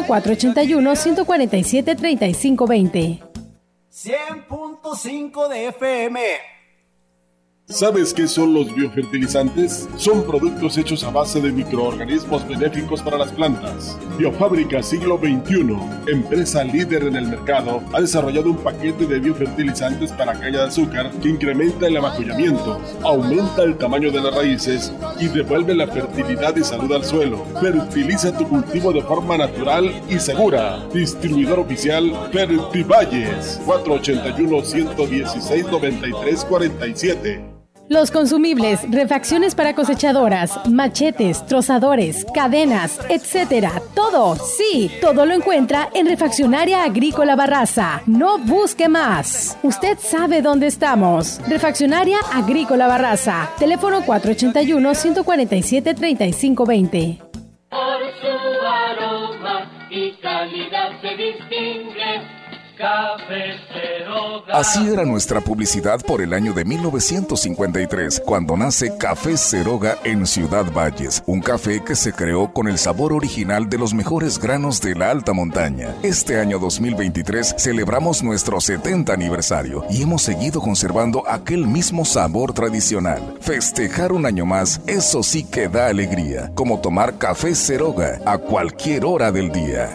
[SPEAKER 5] 481-147-3520.
[SPEAKER 9] 100.5 de FM.
[SPEAKER 1] ¿Sabes qué son los biofertilizantes? Son productos hechos a base de microorganismos benéficos para las plantas. Biofábrica Siglo XXI, empresa líder en el mercado, ha desarrollado un paquete de biofertilizantes para caña de azúcar que incrementa el amacullamiento, aumenta el tamaño de las raíces y devuelve la fertilidad y salud al suelo. Fertiliza tu cultivo de forma natural y segura. Distribuidor oficial Fertivalles, 481-116-9347.
[SPEAKER 5] Los consumibles, refacciones para cosechadoras, machetes, trozadores, cadenas, etcétera. Todo, sí, todo lo encuentra en Refaccionaria Agrícola Barraza. No busque más. Usted sabe dónde estamos. Refaccionaria Agrícola Barraza. Teléfono 481-147-3520.
[SPEAKER 6] Por su aroma y calidad se distingue Café Ceroga.
[SPEAKER 7] Así era nuestra publicidad por el año de 1953, cuando nace Café Ceroga en Ciudad Valles, un café que se creó con el sabor original de los mejores granos de la alta montaña. Este año 2023 celebramos nuestro 70 aniversario y hemos seguido conservando aquel mismo sabor tradicional. Festejar un año más, eso sí que da alegría, como tomar Café Ceroga a cualquier hora del día.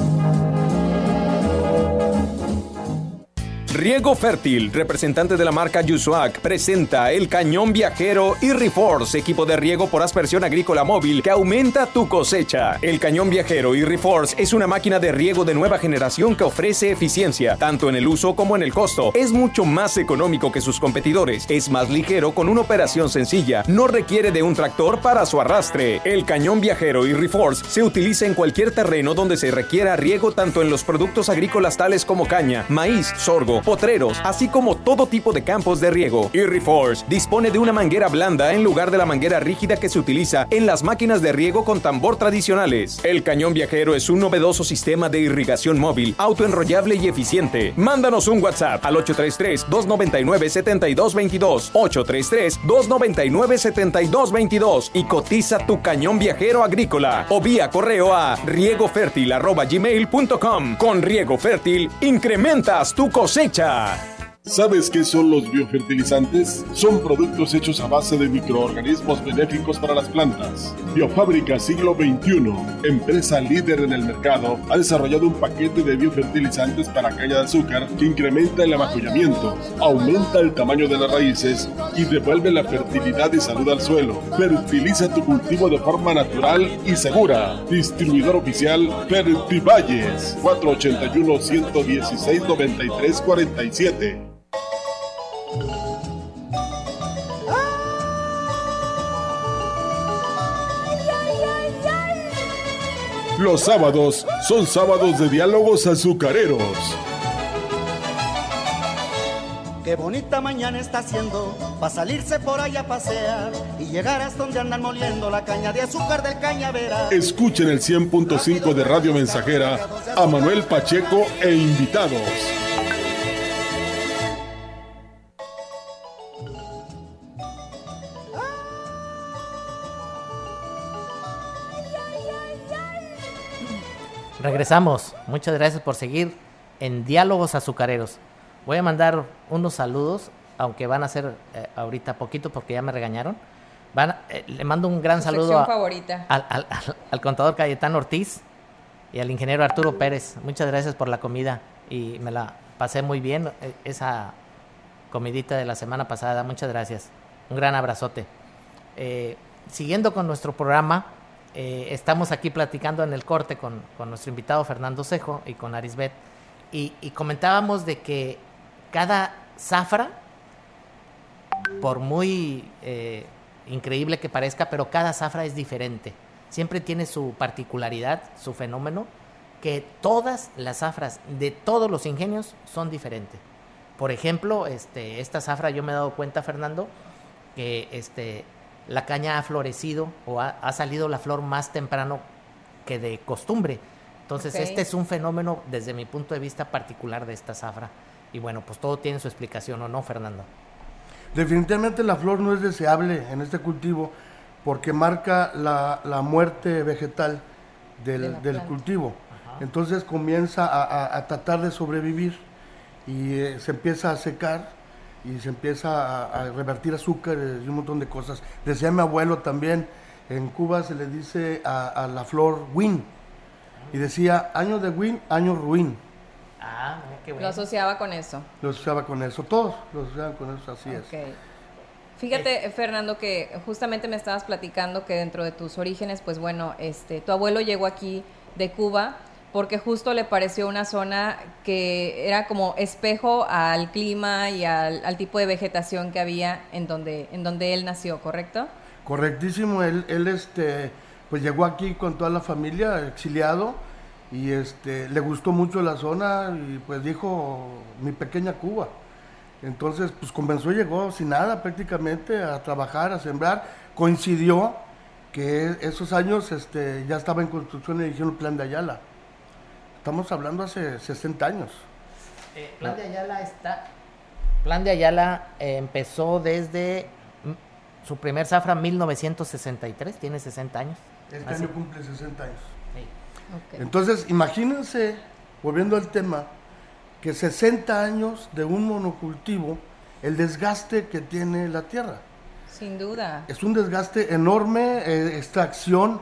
[SPEAKER 8] Riego Fértil, representante de la marca Yusuac, presenta el Cañón Viajero y Reforce, equipo de riego por aspersión agrícola móvil que aumenta tu cosecha. El Cañón Viajero y Reforce es una máquina de riego de nueva generación que ofrece eficiencia, tanto en el uso como en el costo. Es mucho más económico que sus competidores, es más ligero con una operación sencilla, no requiere de un tractor para su arrastre. El Cañón Viajero y Reforce se utiliza en cualquier terreno donde se requiera riego, tanto en los productos agrícolas tales como caña, maíz, sorgo, potreros, así como todo tipo de campos de riego. Irriforce dispone de una manguera blanda en lugar de la manguera rígida que se utiliza en las máquinas de riego con tambor tradicionales. El Cañón Viajero es un novedoso sistema de irrigación móvil, autoenrollable y eficiente. Mándanos un WhatsApp al 833-299-7222, 833-299-7222 y cotiza tu Cañón Viajero agrícola o vía correo a riegofertil@gmail.com. Con Riego Fértil incrementas tu cosecha.
[SPEAKER 1] ¿Sabes qué son los biofertilizantes? Son productos hechos a base de microorganismos benéficos para las plantas. Biofábrica Siglo XXI, empresa líder en el mercado, ha desarrollado un paquete de biofertilizantes para caña de azúcar que incrementa el amacullamiento, aumenta el tamaño de las raíces y devuelve la fertilidad y salud al suelo. Fertiliza tu cultivo de forma natural y segura. Distribuidor oficial Fertivalles, 481-116-9347. Los sábados son sábados de diálogos azucareros.
[SPEAKER 2] Qué bonita mañana está haciendo para salirse por allá a pasear y llegar hasta donde andan moliendo la caña de azúcar del cañaveral.
[SPEAKER 1] Escuchen el 100.5 de Radio Mensajera a Manuel Pacheco e invitados.
[SPEAKER 3] Regresamos. Muchas gracias por seguir en Diálogos Azucareros. Voy a mandar unos saludos, aunque van a ser ahorita poquito porque ya me regañaron. Le mando un gran saludo al contador Cayetano Ortiz y al ingeniero Arturo Pérez. Muchas gracias por la comida y me la pasé muy bien, esa comidita de la semana pasada. Muchas gracias. Un gran abrazote. Siguiendo con nuestro programa, estamos aquí platicando en el corte con nuestro invitado Fernando Cejo y con Arisbet y comentábamos de que cada zafra, por muy increíble que parezca, pero cada zafra es diferente, siempre tiene su particularidad, su fenómeno, que todas las zafras de todos los ingenios son diferentes. Por ejemplo, esta zafra yo me he dado cuenta, Fernando, que la caña ha florecido o ha salido la flor más temprano que de costumbre. Entonces, okay, es un fenómeno desde mi punto de vista particular de esta zafra. Y bueno, pues todo tiene su explicación, ¿o no, Fernando?
[SPEAKER 10] Definitivamente la flor no es deseable en este cultivo porque marca la muerte vegetal del cultivo. Ajá. Entonces comienza a tratar de sobrevivir y se empieza a secar y se empieza a revertir azúcar y un montón de cosas. Decía mi abuelo también, en Cuba se le dice a la flor win, y decía año de win, año ruin.
[SPEAKER 4] Ah, qué bueno. Lo asociaba con eso.
[SPEAKER 10] Lo asociaba con eso, todos lo asociaban con eso, así es.
[SPEAKER 4] Fíjate, Fernando, que justamente me estabas platicando que dentro de tus orígenes, pues bueno, tu abuelo llegó aquí de Cuba porque justo le pareció una zona que era como espejo al clima y al tipo de vegetación que había en donde él nació, ¿correcto?
[SPEAKER 10] Correctísimo, él pues llegó aquí con toda la familia, exiliado, y le gustó mucho la zona y pues dijo, mi pequeña Cuba. Entonces pues llegó sin nada prácticamente a trabajar, a sembrar. Coincidió que esos años ya estaba en construcción y dijeron Plan de Ayala. Estamos hablando hace 60 años.
[SPEAKER 3] Plan de Ayala empezó desde su primer zafra 1963, tiene 60 años.
[SPEAKER 10] Este año cumple 60 años.
[SPEAKER 3] Sí.
[SPEAKER 10] Okay. Entonces, imagínense, volviendo al tema, que 60 años de un monocultivo, el desgaste que tiene la tierra.
[SPEAKER 4] Sin duda.
[SPEAKER 10] Es un desgaste enorme, extracción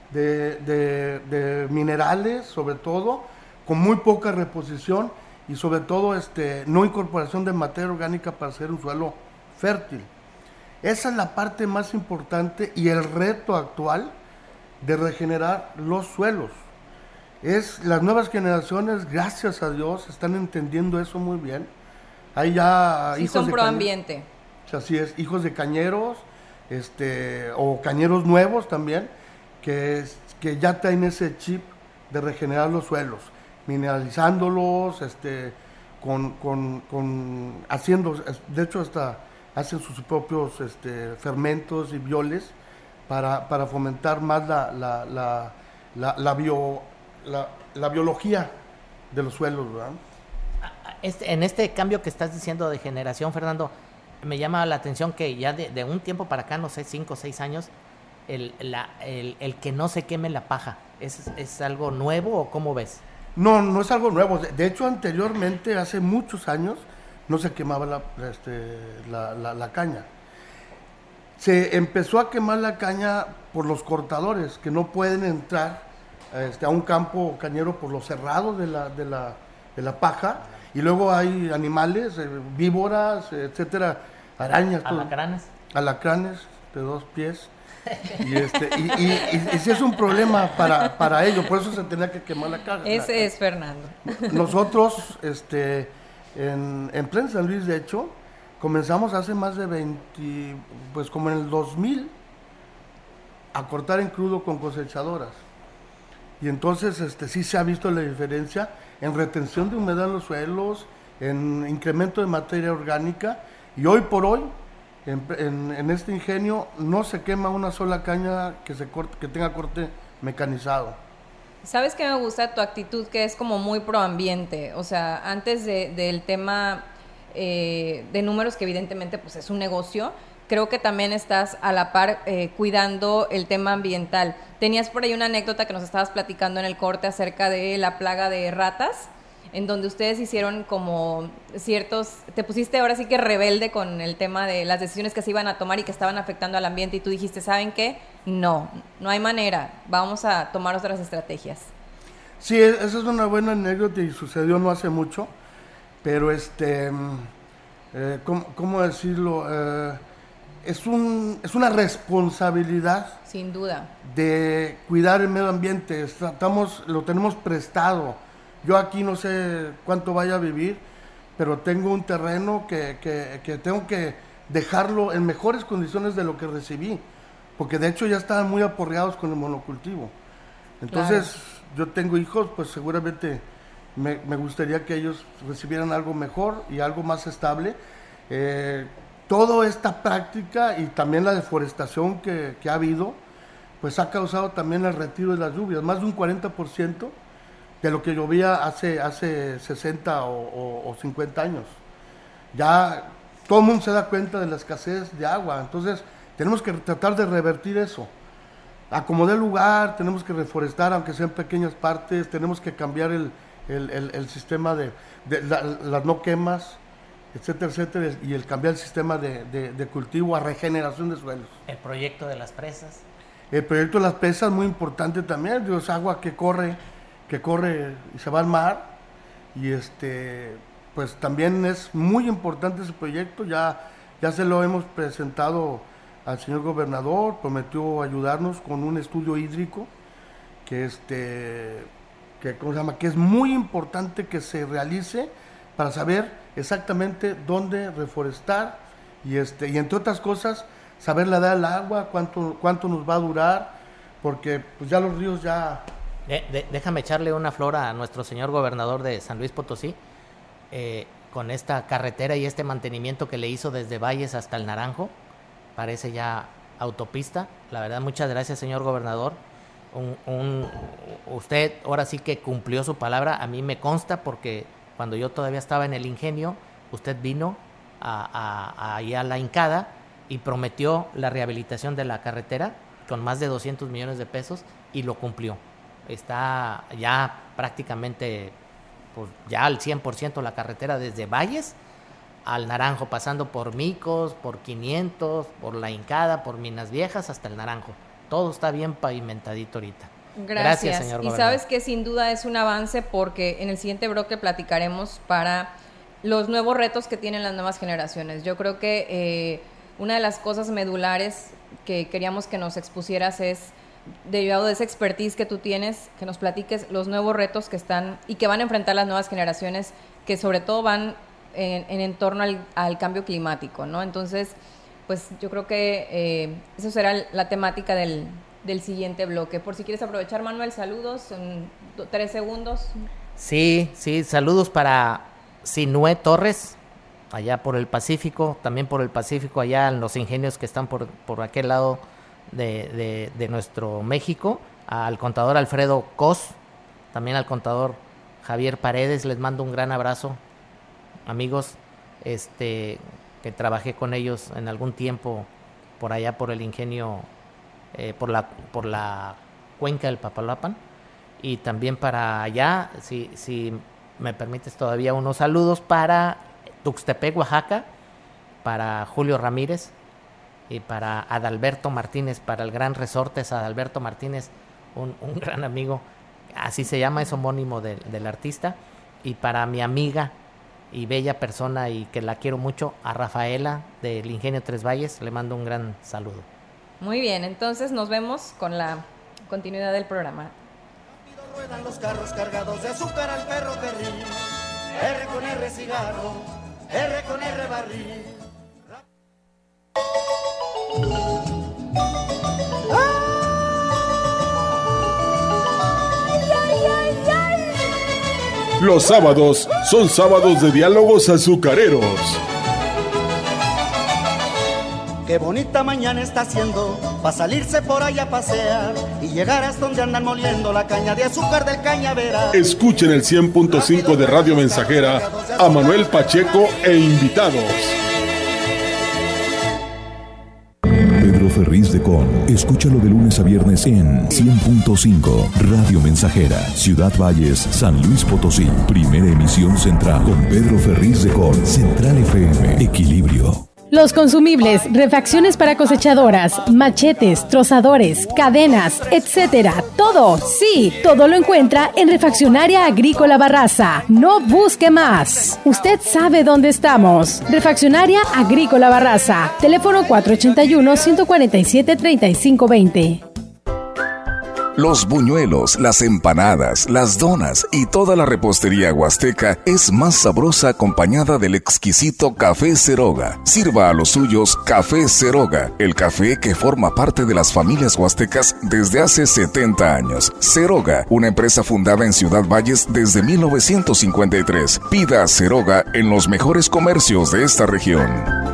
[SPEAKER 10] de minerales, sobre todo, con muy poca reposición y sobre todo no incorporación de materia orgánica para hacer un suelo fértil. Esa es la parte más importante y el reto actual de regenerar los suelos. Las nuevas generaciones, gracias a Dios, están entendiendo eso muy bien. Hay ya
[SPEAKER 4] hijos son proambiente.
[SPEAKER 10] Así es, hijos de cañeros, o cañeros nuevos también, que ya traen ese chip de regenerar los suelos, mineralizándolos, haciendo, de hecho hasta hacen sus propios fermentos y bioles para fomentar más la biología de los suelos, ¿verdad?
[SPEAKER 3] En este cambio que estás diciendo de generación, Fernando, me llama la atención que ya de un tiempo para acá, no sé, 5 o 6 años, el que no se queme la paja, ¿es algo nuevo o cómo ves?
[SPEAKER 10] No es algo nuevo. De hecho, anteriormente, hace muchos años, no se quemaba la caña. Se empezó a quemar la caña por los cortadores, que no pueden entrar a un campo cañero por los cerrados de la paja, y luego hay animales, víboras, etcétera, arañas. Alacranes de 2 pies. Y sí es un problema para ellos, por eso se tenía que quemar la caja.
[SPEAKER 4] Ese es Fernando.
[SPEAKER 10] Nosotros, en Pleno San Luis, de hecho, comenzamos hace más de 20, pues como en el 2000, a cortar en crudo con cosechadoras. Y entonces sí se ha visto la diferencia en retención de humedad en los suelos, en incremento de materia orgánica, y hoy por hoy, en este ingenio, no se quema una sola caña que tenga corte mecanizado.
[SPEAKER 4] ¿Sabes qué me gusta? Tu actitud, que es como muy proambiente. O sea, antes del tema de números, que evidentemente pues es un negocio, creo que también estás a la par cuidando el tema ambiental. Tenías por ahí una anécdota que nos estabas platicando en el corte acerca de la plaga de ratas, en donde ustedes hicieron como te pusiste ahora sí que rebelde con el tema de las decisiones que se iban a tomar y que estaban afectando al ambiente, y tú dijiste, ¿saben qué? No hay manera, vamos a tomar otras estrategias.
[SPEAKER 10] Sí, esa es una buena anécdota y sucedió no hace mucho, pero ¿cómo decirlo? Es una responsabilidad.
[SPEAKER 4] Sin duda.
[SPEAKER 10] De cuidar el medio ambiente, lo tenemos prestado. Yo aquí no sé cuánto vaya a vivir, pero tengo un terreno que tengo que dejarlo en mejores condiciones de lo que recibí, porque de hecho ya estaban muy aporreados con el monocultivo. Entonces, claro, yo tengo hijos, pues seguramente me gustaría que ellos recibieran algo mejor y algo más estable. Toda esta práctica y también la deforestación que ha habido, pues ha causado también el retiro de las lluvias, más de un 40% de lo que llovía hace 60 o 50 años. Ya todo el mundo se da cuenta de la escasez de agua, entonces tenemos que tratar de revertir eso. Acomodar el lugar, tenemos que reforestar, aunque sean pequeñas partes, tenemos que cambiar el sistema de las no quemas, etcétera, etcétera, y el cambiar el sistema de cultivo a regeneración de suelos.
[SPEAKER 3] El proyecto de las presas.
[SPEAKER 10] El proyecto de las presas es muy importante también, es agua que corre y se va al mar, y pues también es muy importante ese proyecto. Ya se lo hemos presentado al señor gobernador, prometió ayudarnos con un estudio hídrico que es muy importante que se realice para saber exactamente dónde reforestar y entre otras cosas saber la edad del agua, cuánto nos va a durar, porque pues ya los ríos ya...
[SPEAKER 3] Déjame echarle una flor a nuestro señor gobernador de San Luis Potosí, con esta carretera y este mantenimiento que le hizo desde Valles hasta el Naranjo. Parece ya autopista. La verdad, muchas gracias, señor gobernador. Usted ahora sí que cumplió su palabra. A mí me consta, porque cuando yo todavía estaba en el ingenio, usted vino ahí a la hincada y prometió la rehabilitación de la carretera con más de 200 millones de pesos, y lo cumplió. Está ya prácticamente pues ya al 100% la carretera desde Valles al Naranjo, pasando por Micos, por 500, por La Hincada, por Minas Viejas hasta el Naranjo. Todo está bien pavimentadito ahorita.
[SPEAKER 4] Gracias,
[SPEAKER 3] señor
[SPEAKER 4] y
[SPEAKER 3] gobernador.
[SPEAKER 4] sabes que sin duda es un avance, porque en el siguiente bloque platicaremos para los nuevos retos que tienen las nuevas generaciones. Yo creo que una de las cosas medulares que queríamos que nos expusieras es, derivado de esa expertise que tú tienes, que nos platiques los nuevos retos que están y que van a enfrentar las nuevas generaciones, que sobre todo van en torno al cambio climático, ¿no? Entonces, pues yo creo que eso será la temática del siguiente bloque. Por si quieres aprovechar, Manuel, saludos en 3 segundos.
[SPEAKER 3] Sí, saludos para Sinue Torres, allá por el Pacífico, también por el Pacífico, allá en los ingenios que están por aquel lado de nuestro México, al contador Alfredo Cos, también al contador Javier Paredes. Les mando un gran abrazo, amigos, que trabajé con ellos en algún tiempo por allá por el ingenio, por la cuenca del Papaloapan, y también para allá, si me permites todavía unos saludos para Tuxtepec, Oaxaca, para Julio Ramírez y para Adalberto Martínez, para el Gran Resortes Adalberto Martínez, un gran amigo, así se llama, es homónimo del artista, y para mi amiga y bella persona y que la quiero mucho, a Rafaela del Ingenio Tres Valles, le mando un gran saludo.
[SPEAKER 4] Muy bien, entonces nos vemos con la continuidad del programa.
[SPEAKER 2] Rápido ruedan los carros cargados de azúcar al ferrocarril. R con R cigarro, R con R barril.
[SPEAKER 1] Los sábados son sábados de diálogos azucareros.
[SPEAKER 2] Qué bonita mañana está haciendo para salirse por ahí a pasear y llegar hasta donde andan moliendo la caña de azúcar del cañaveral.
[SPEAKER 1] Escuchen el 100.5 de Radio Mensajera a Manuel Pacheco e invitados.
[SPEAKER 11] Pedro Ferriz de Con. Escúchalo de lunes a viernes en 100.5 Radio Mensajera, Ciudad Valles, San Luis Potosí. Primera emisión central con Pedro Ferriz de Con. Central FM. Equilibrio.
[SPEAKER 5] Los consumibles, refacciones para cosechadoras, machetes, trozadores, cadenas, etcétera. Todo, sí, todo lo encuentra en Refaccionaria Agrícola Barraza. No busque más. Usted sabe dónde estamos. Refaccionaria Agrícola Barraza. Teléfono 481-147-3520.
[SPEAKER 7] Los buñuelos, las empanadas, las donas y toda la repostería huasteca es más sabrosa acompañada del exquisito Café Ceroga. Sirva a los suyos Café Ceroga, el café que forma parte de las familias huastecas desde hace 70 años. Ceroga, una empresa fundada en Ciudad Valles desde 1953. Pida Ceroga en los mejores comercios de esta región.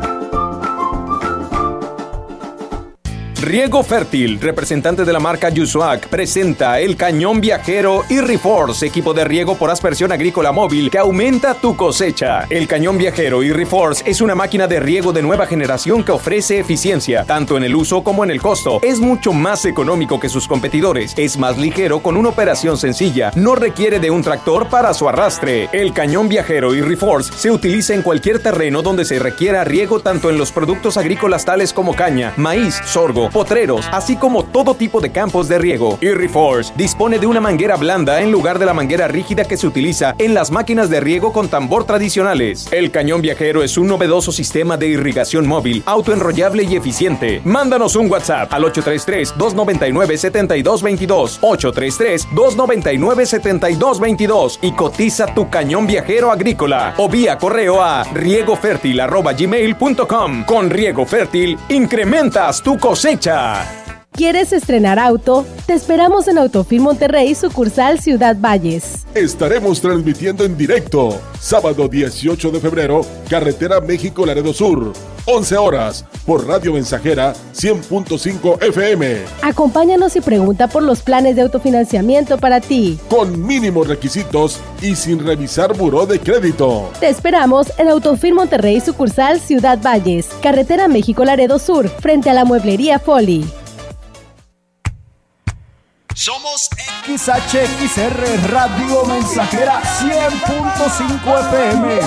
[SPEAKER 8] Riego Fértil, representante de la marca Yusuac, presenta el cañón viajero Irriforce, equipo de riego por aspersión agrícola móvil que aumenta tu cosecha. El cañón viajero Irriforce es una máquina de riego de nueva generación que ofrece eficiencia, tanto en el uso como en el costo. Es mucho más económico que sus competidores, es más ligero con una operación sencilla, no requiere de un tractor para su arrastre. El cañón viajero Irriforce se utiliza en cualquier terreno donde se requiera riego, tanto en los productos agrícolas tales como caña, maíz, sorgo, potreros, así como todo tipo de campos de riego. Irriforce dispone de una manguera blanda en lugar de la manguera rígida que se utiliza en las máquinas de riego con tambor tradicionales. El cañón viajero es un novedoso sistema de irrigación móvil, autoenrollable y eficiente. Mándanos un WhatsApp al 833-299-7222, 833-299-7222 y cotiza tu cañón viajero agrícola o vía correo a riegofertil@gmail.com. Con Riego Fértil incrementas tu cosecha.
[SPEAKER 5] ¿Quieres estrenar auto? Te esperamos en Autofil Monterrey, sucursal Ciudad Valles.
[SPEAKER 1] Estaremos transmitiendo en directo, sábado 18 de febrero, carretera México-Laredo Sur, 11 horas, por Radio Mensajera 100.5 FM.
[SPEAKER 5] Acompáñanos y pregunta por los planes de autofinanciamiento para ti.
[SPEAKER 1] Con mínimos requisitos y sin revisar buró de crédito.
[SPEAKER 5] Te esperamos en Autofil Monterrey, sucursal Ciudad Valles, carretera México-Laredo Sur, frente a la mueblería Foli.
[SPEAKER 12] Somos XHXR Radio Mensajera 100.5 FM.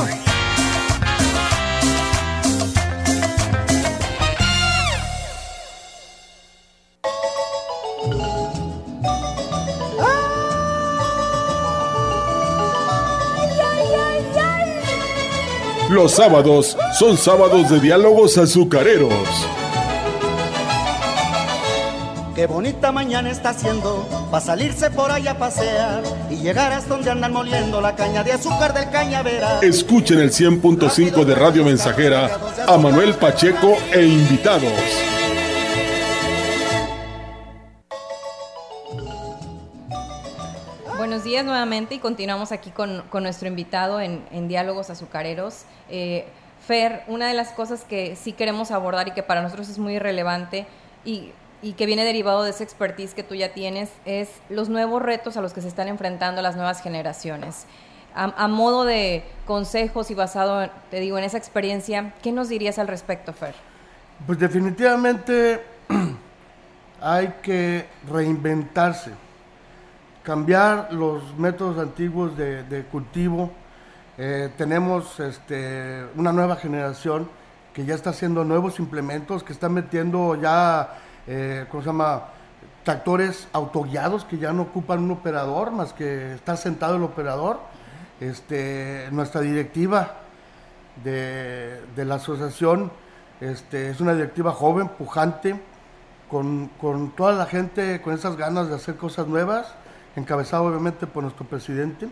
[SPEAKER 1] Los sábados son sábados de diálogos azucareros.
[SPEAKER 2] Qué bonita mañana está haciendo para salirse por ahí a pasear y llegar hasta donde andan moliendo la caña de azúcar del cañaveral.
[SPEAKER 1] Escuchen el 100.5 de Radio Mensajera a Manuel Pacheco e invitados.
[SPEAKER 4] Buenos días nuevamente y continuamos aquí con nuestro invitado en Diálogos Azucareros. Fer, una de las cosas que sí queremos abordar y que para nosotros es muy relevante y que viene derivado de esa expertise que tú ya tienes, es los nuevos retos a los que se están enfrentando las nuevas generaciones. A modo de consejos y basado, te digo, en esa experiencia, ¿qué nos dirías al respecto, Fer?
[SPEAKER 10] Pues definitivamente hay que reinventarse, cambiar los métodos antiguos de cultivo Tenemos una nueva generación que ya está haciendo nuevos implementos, que están metiendo ya, tractores autoguiados que ya no ocupan un operador, más que estar sentado el operador. Nuestra directiva de la asociación es una directiva joven, pujante, con toda la gente con esas ganas de hacer cosas nuevas, encabezado obviamente por nuestro presidente,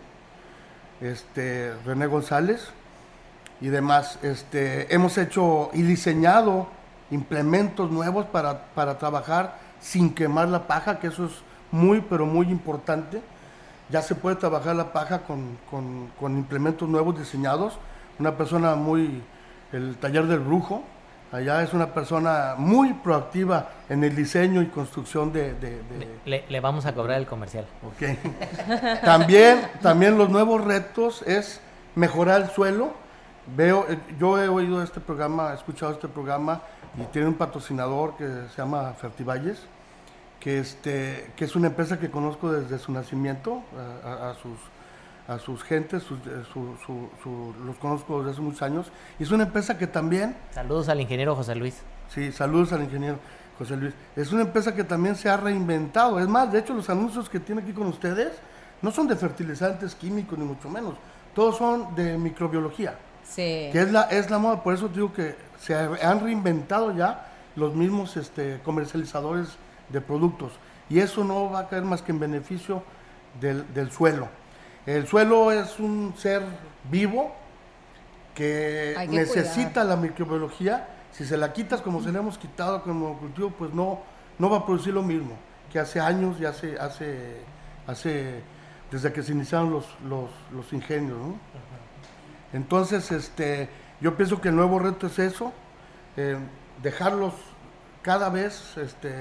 [SPEAKER 10] René González y demás. Hemos hecho y diseñado implementos nuevos para trabajar sin quemar la paja, que eso es muy, pero muy importante. Ya se puede trabajar la paja con implementos nuevos diseñados. Una persona el taller del brujo, allá es una persona muy proactiva en el diseño y construcción
[SPEAKER 3] Le vamos a cobrar el comercial.
[SPEAKER 10] Okay. También los nuevos retos es mejorar el suelo. Yo he oído este programa, he escuchado este programa y tiene un patrocinador que se llama Fertivalles, que es una empresa que conozco desde su nacimiento, a sus gentes, los conozco desde hace muchos años, y es una empresa que también...
[SPEAKER 3] Saludos al ingeniero José Luis.
[SPEAKER 10] Sí, saludos al ingeniero José Luis. Es una empresa que también se ha reinventado. Es más, de hecho, los anuncios que tiene aquí con ustedes no son de fertilizantes químicos, ni mucho menos. Todos son de microbiología.
[SPEAKER 4] Sí.
[SPEAKER 10] Que es la moda. Por eso digo que se han reinventado ya los mismos comercializadores de productos. Y eso no va a caer más que en beneficio del suelo. El suelo es un ser vivo que necesita la microbiología. Si se la quitas como se le hemos quitado con el monocultivo, pues no va a producir lo mismo que hace años y hace desde que se iniciaron los ingenios, ¿no? Entonces, yo pienso que el nuevo reto es eso, dejarlos cada vez,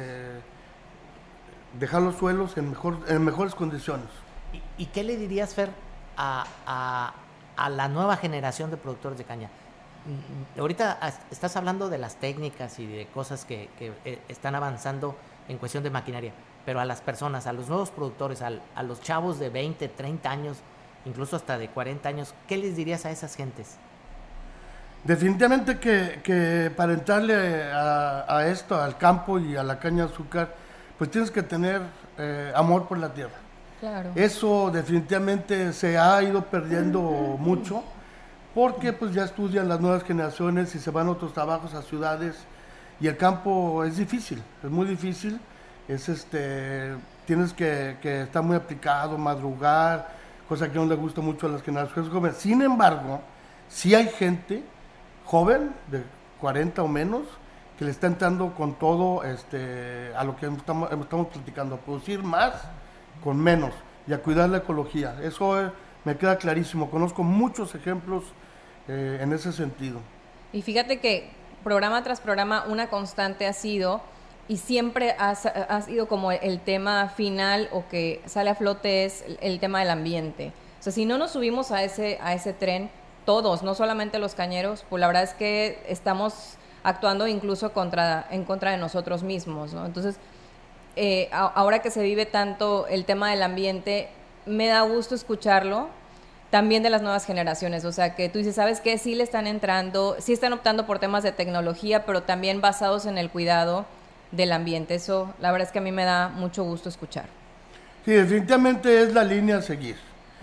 [SPEAKER 10] dejar los suelos en mejores condiciones.
[SPEAKER 3] ¿Y qué le dirías, Fer, a la nueva generación de productores de caña? Ahorita estás hablando de las técnicas y de cosas que están avanzando en cuestión de maquinaria, pero a las personas, a los nuevos productores, a los chavos de 20, 30 años, incluso hasta de 40 años, ¿qué les dirías a esas gentes?
[SPEAKER 10] Definitivamente que para entrarle a esto, al campo y a la caña de azúcar, pues tienes que tener amor por la tierra.
[SPEAKER 4] Claro.
[SPEAKER 10] Eso definitivamente se ha ido perdiendo mucho, porque pues ya estudian las nuevas generaciones y se van a otros trabajos, a ciudades, y el campo es difícil, es muy difícil, tienes que estar muy aplicado, madrugar, cosa que no le gusta mucho a las generaciones jóvenes. Sin embargo, sí hay gente joven, de 40 o menos, que le está entrando con todo a lo que estamos platicando, a producir más con menos y a cuidar la ecología. Eso me queda clarísimo. Conozco muchos ejemplos en ese sentido.
[SPEAKER 4] Y fíjate que programa tras programa una constante ha sido, y siempre ha sido como el tema final o que sale a flote, es el tema del ambiente. O sea, si no nos subimos a ese tren, todos, no solamente los cañeros, pues la verdad es que estamos actuando incluso en contra de nosotros mismos, ¿no? Entonces, ahora que se vive tanto el tema del ambiente, me da gusto escucharlo también de las nuevas generaciones. O sea, que tú dices, ¿sabes qué? Sí le están entrando, sí están optando por temas de tecnología, pero también basados en el cuidado del ambiente. Eso, la verdad es que a mí me da mucho gusto escuchar.
[SPEAKER 10] Sí, definitivamente es la línea a seguir.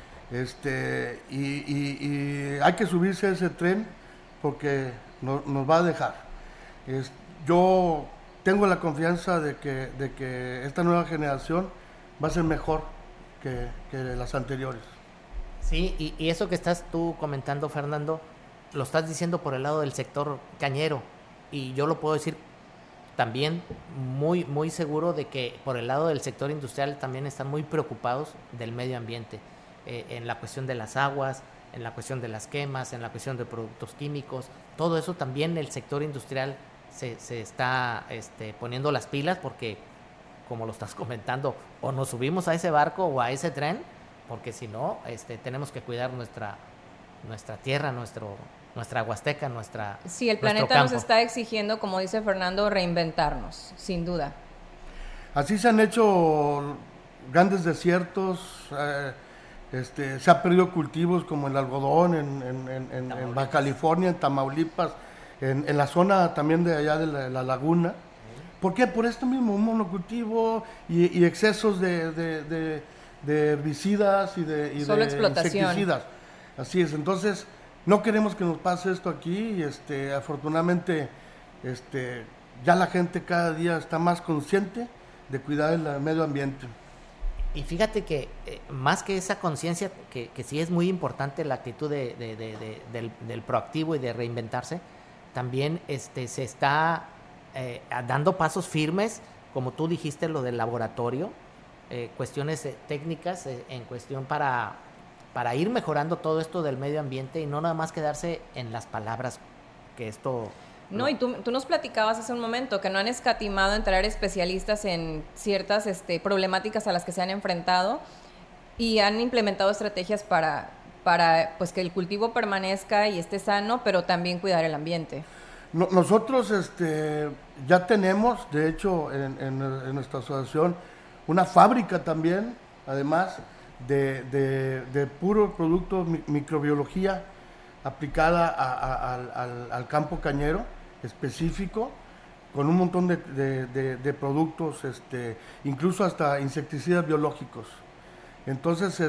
[SPEAKER 10] Y hay que subirse a ese tren porque nos va a dejar. Yo tengo la confianza de que esta nueva generación va a ser mejor que las anteriores.
[SPEAKER 3] Sí, y eso que estás tú comentando, Fernando, lo estás diciendo por el lado del sector cañero, y yo lo puedo decir también muy, muy seguro de que por el lado del sector industrial también están muy preocupados del medio ambiente, en la cuestión de las aguas, en la cuestión de las quemas, en la cuestión de productos químicos. Todo eso también el sector industrial se está poniendo las pilas, porque, como lo estás comentando, o nos subimos a ese barco o a ese tren, porque si no, tenemos que cuidar nuestra tierra, nuestra Huasteca,
[SPEAKER 4] Sí, el planeta nos está exigiendo, como dice Fernando, reinventarnos, sin duda.
[SPEAKER 10] Así se han hecho grandes desiertos, Se ha perdido cultivos como el algodón en Baja California, en Tamaulipas, en la zona también de allá de la laguna. ¿Por qué? Por esto mismo, un monocultivo y excesos de herbicidas y de insecticidas. Así es, entonces no queremos que nos pase esto aquí y afortunadamente ya la gente cada día está más consciente de cuidar el medio ambiente.
[SPEAKER 3] Y fíjate que más que esa conciencia, que sí es muy importante la actitud del proactivo y de reinventarse, también se está dando pasos firmes, como tú dijiste, lo del laboratorio, cuestiones técnicas en cuestión para ir mejorando todo esto del medio ambiente y no nada más quedarse en las palabras que esto...
[SPEAKER 4] No, y tú nos platicabas hace un momento que no han escatimado en traer especialistas en ciertas problemáticas a las que se han enfrentado y han implementado estrategias para pues que el cultivo permanezca y esté sano, pero también cuidar el ambiente.
[SPEAKER 10] Nosotros ya tenemos, de hecho, en nuestra asociación, una fábrica también, además de puro producto microbiología aplicada al campo cañero específico, con un montón de productos, incluso hasta insecticidas biológicos. Entonces,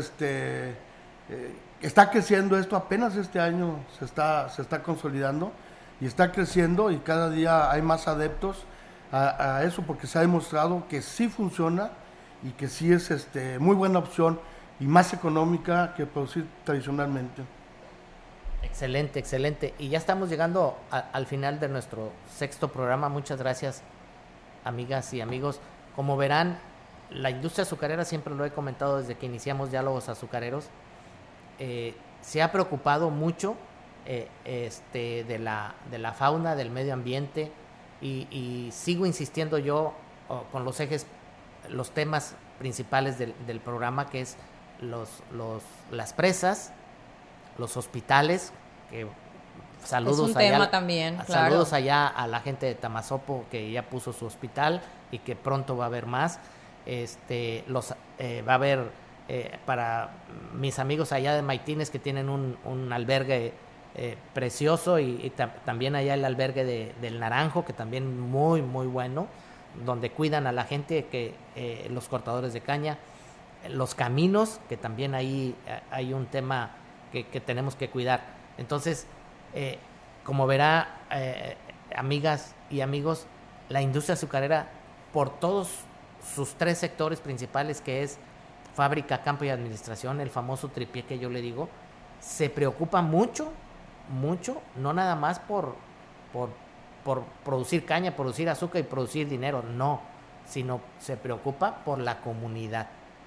[SPEAKER 10] está creciendo esto, apenas este año se está consolidando y está creciendo y cada día hay más adeptos a eso, porque se ha demostrado que sí funciona y que sí es muy buena opción y más económica que producir tradicionalmente.
[SPEAKER 3] Excelente, excelente. Y ya estamos llegando al final de nuestro 6º programa. Muchas gracias, amigas y amigos. Como verán, la industria azucarera, siempre lo he comentado desde que iniciamos Diálogos Azucareros, se ha preocupado mucho de la fauna, del medio ambiente, y sigo insistiendo yo con los ejes, los temas principales del programa, que es las presas, los hospitales, que saludos
[SPEAKER 4] es un tema también, claro.
[SPEAKER 3] Saludos allá a la gente de Tamazopo, que ya puso su hospital y que pronto va a haber más. Va a haber para mis amigos allá de Maitines, que tienen un albergue precioso, y también allá el albergue del Naranjo, que también muy muy bueno, donde cuidan a la gente, que los cortadores de caña, los caminos, que también ahí hay un tema que tenemos que cuidar. Entonces, como verá, amigas y amigos, la industria azucarera, por todos sus 3 sectores principales, que es fábrica, campo y administración, el famoso tripié que yo le digo, se preocupa mucho, no nada más por producir caña, producir azúcar y producir dinero, no, sino se preocupa por la comunidad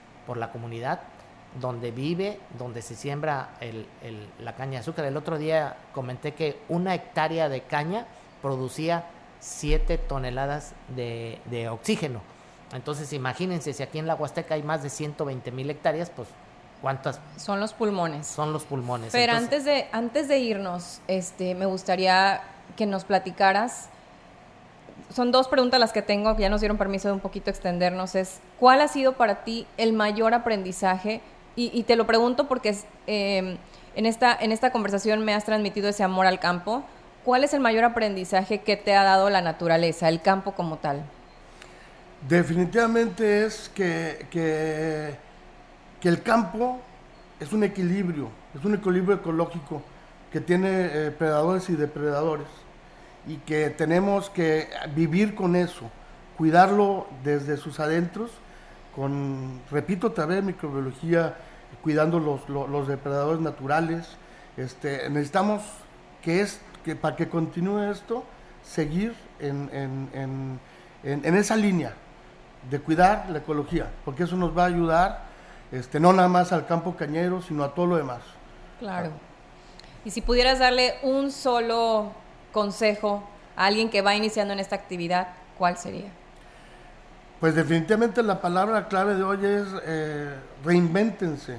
[SPEAKER 3] donde vive, donde se siembra la caña de azúcar. El otro día comenté que 1 hectárea de caña producía 7 toneladas de oxígeno. Entonces, imagínense, si aquí en la Huasteca hay más de 120,000 hectáreas, pues, ¿cuántas?
[SPEAKER 4] Son los pulmones.
[SPEAKER 3] Son los pulmones.
[SPEAKER 4] Pero
[SPEAKER 3] entonces,
[SPEAKER 4] antes de irnos, me gustaría que nos platicaras. Son 2 preguntas las que tengo, que ya nos dieron permiso de un poquito extendernos. ¿Cuál ha sido para ti el mayor aprendizaje? Y te lo pregunto porque en esta conversación me has transmitido ese amor al campo. ¿Cuál es el mayor aprendizaje que te ha dado la naturaleza, el campo como tal?
[SPEAKER 10] Definitivamente es que el campo es un equilibrio ecológico que tiene predadores y depredadores, y que tenemos que vivir con eso, cuidarlo desde sus adentros, repito otra vez, microbiología, cuidando los depredadores naturales. Necesitamos que para que continúe esto, seguir en esa línea de cuidar la ecología, porque eso nos va a ayudar, no nada más al campo cañero, sino a todo lo demás.
[SPEAKER 4] Claro. Y si pudieras darle un solo consejo a alguien que va iniciando en esta actividad, ¿cuál sería?
[SPEAKER 10] Pues definitivamente la palabra clave de hoy es reinvéntense,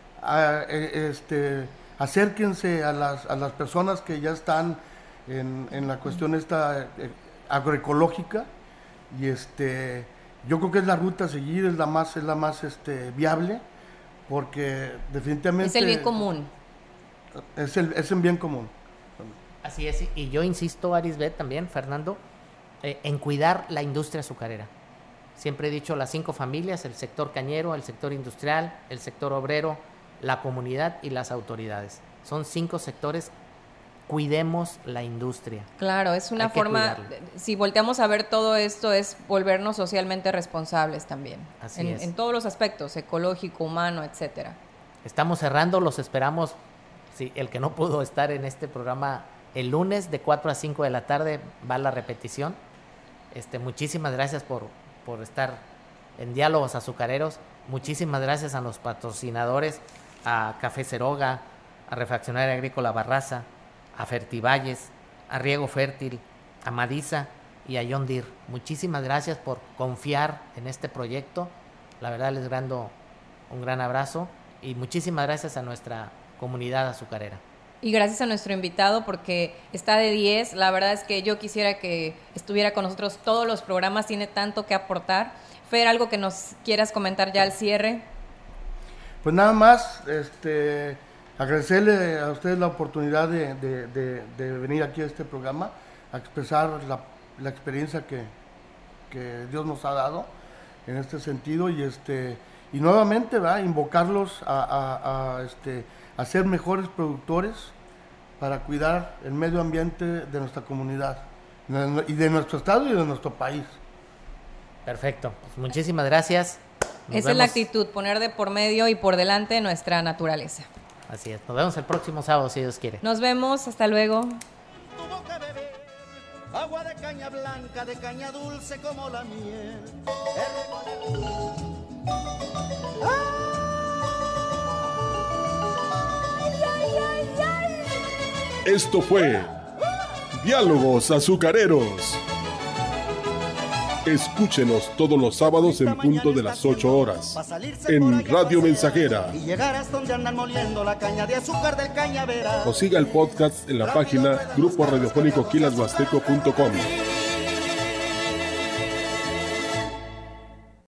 [SPEAKER 10] acérquense a las personas que ya están en la cuestión esta agroecológica, y yo creo que es la ruta a seguir, es la más viable, porque definitivamente...
[SPEAKER 4] Es el bien común.
[SPEAKER 10] Es el bien común.
[SPEAKER 3] Así es, y yo insisto, Arisbet, también, Fernando, en cuidar la industria azucarera. Siempre he dicho las 5 familias, el sector cañero, el sector industrial, el sector obrero, la comunidad y las autoridades. Son 5 sectores. Cuidemos la industria.
[SPEAKER 4] Claro, es una forma, si volteamos a ver todo esto, es volvernos socialmente responsables también.
[SPEAKER 3] Así es.
[SPEAKER 4] En todos los aspectos, ecológico, humano, etcétera.
[SPEAKER 3] Estamos cerrando, los esperamos. Sí, el que no pudo estar en este programa el lunes de 4 a 5 de la tarde va a la repetición. Muchísimas gracias por estar en Diálogos Azucareros. Muchísimas gracias a los patrocinadores, a Café Ceroga, a Refaccionaria Agrícola Barraza, a Fertivalles, a Riego Fértil, a Madisa y a John Deere. Muchísimas gracias por confiar en este proyecto. La verdad les mando un gran abrazo y muchísimas gracias a nuestra comunidad azucarera.
[SPEAKER 4] Y gracias a nuestro invitado porque está de 10. La verdad es que yo quisiera que estuviera con nosotros todos los programas, tiene tanto que aportar. Fer, ¿algo que nos quieras comentar ya al cierre?
[SPEAKER 10] Pues nada más, agradecerle a ustedes la oportunidad de venir aquí a este programa a expresar la experiencia que Dios nos ha dado en este sentido y nuevamente invocarlos a ser mejores productores para cuidar el medio ambiente de nuestra comunidad y de nuestro estado y de nuestro país.
[SPEAKER 3] Perfecto, pues muchísimas gracias.
[SPEAKER 4] Esa es la actitud, poner de por medio y por delante nuestra naturaleza.
[SPEAKER 3] Así es, nos vemos el próximo sábado si Dios quiere.
[SPEAKER 4] Nos vemos, hasta luego.
[SPEAKER 2] Tuvo que beber agua de caña blanca, de caña dulce como la miel.
[SPEAKER 1] Esto fue Diálogos Azucareros. Escúchenos todos los sábados en punto de las 8 horas en Radio Mensajera.
[SPEAKER 2] Y llegarás donde andan moliendo la caña de azúcar del cañaveral.
[SPEAKER 1] O siga el podcast en la página gruporadiofónicoquilashuasteco.com.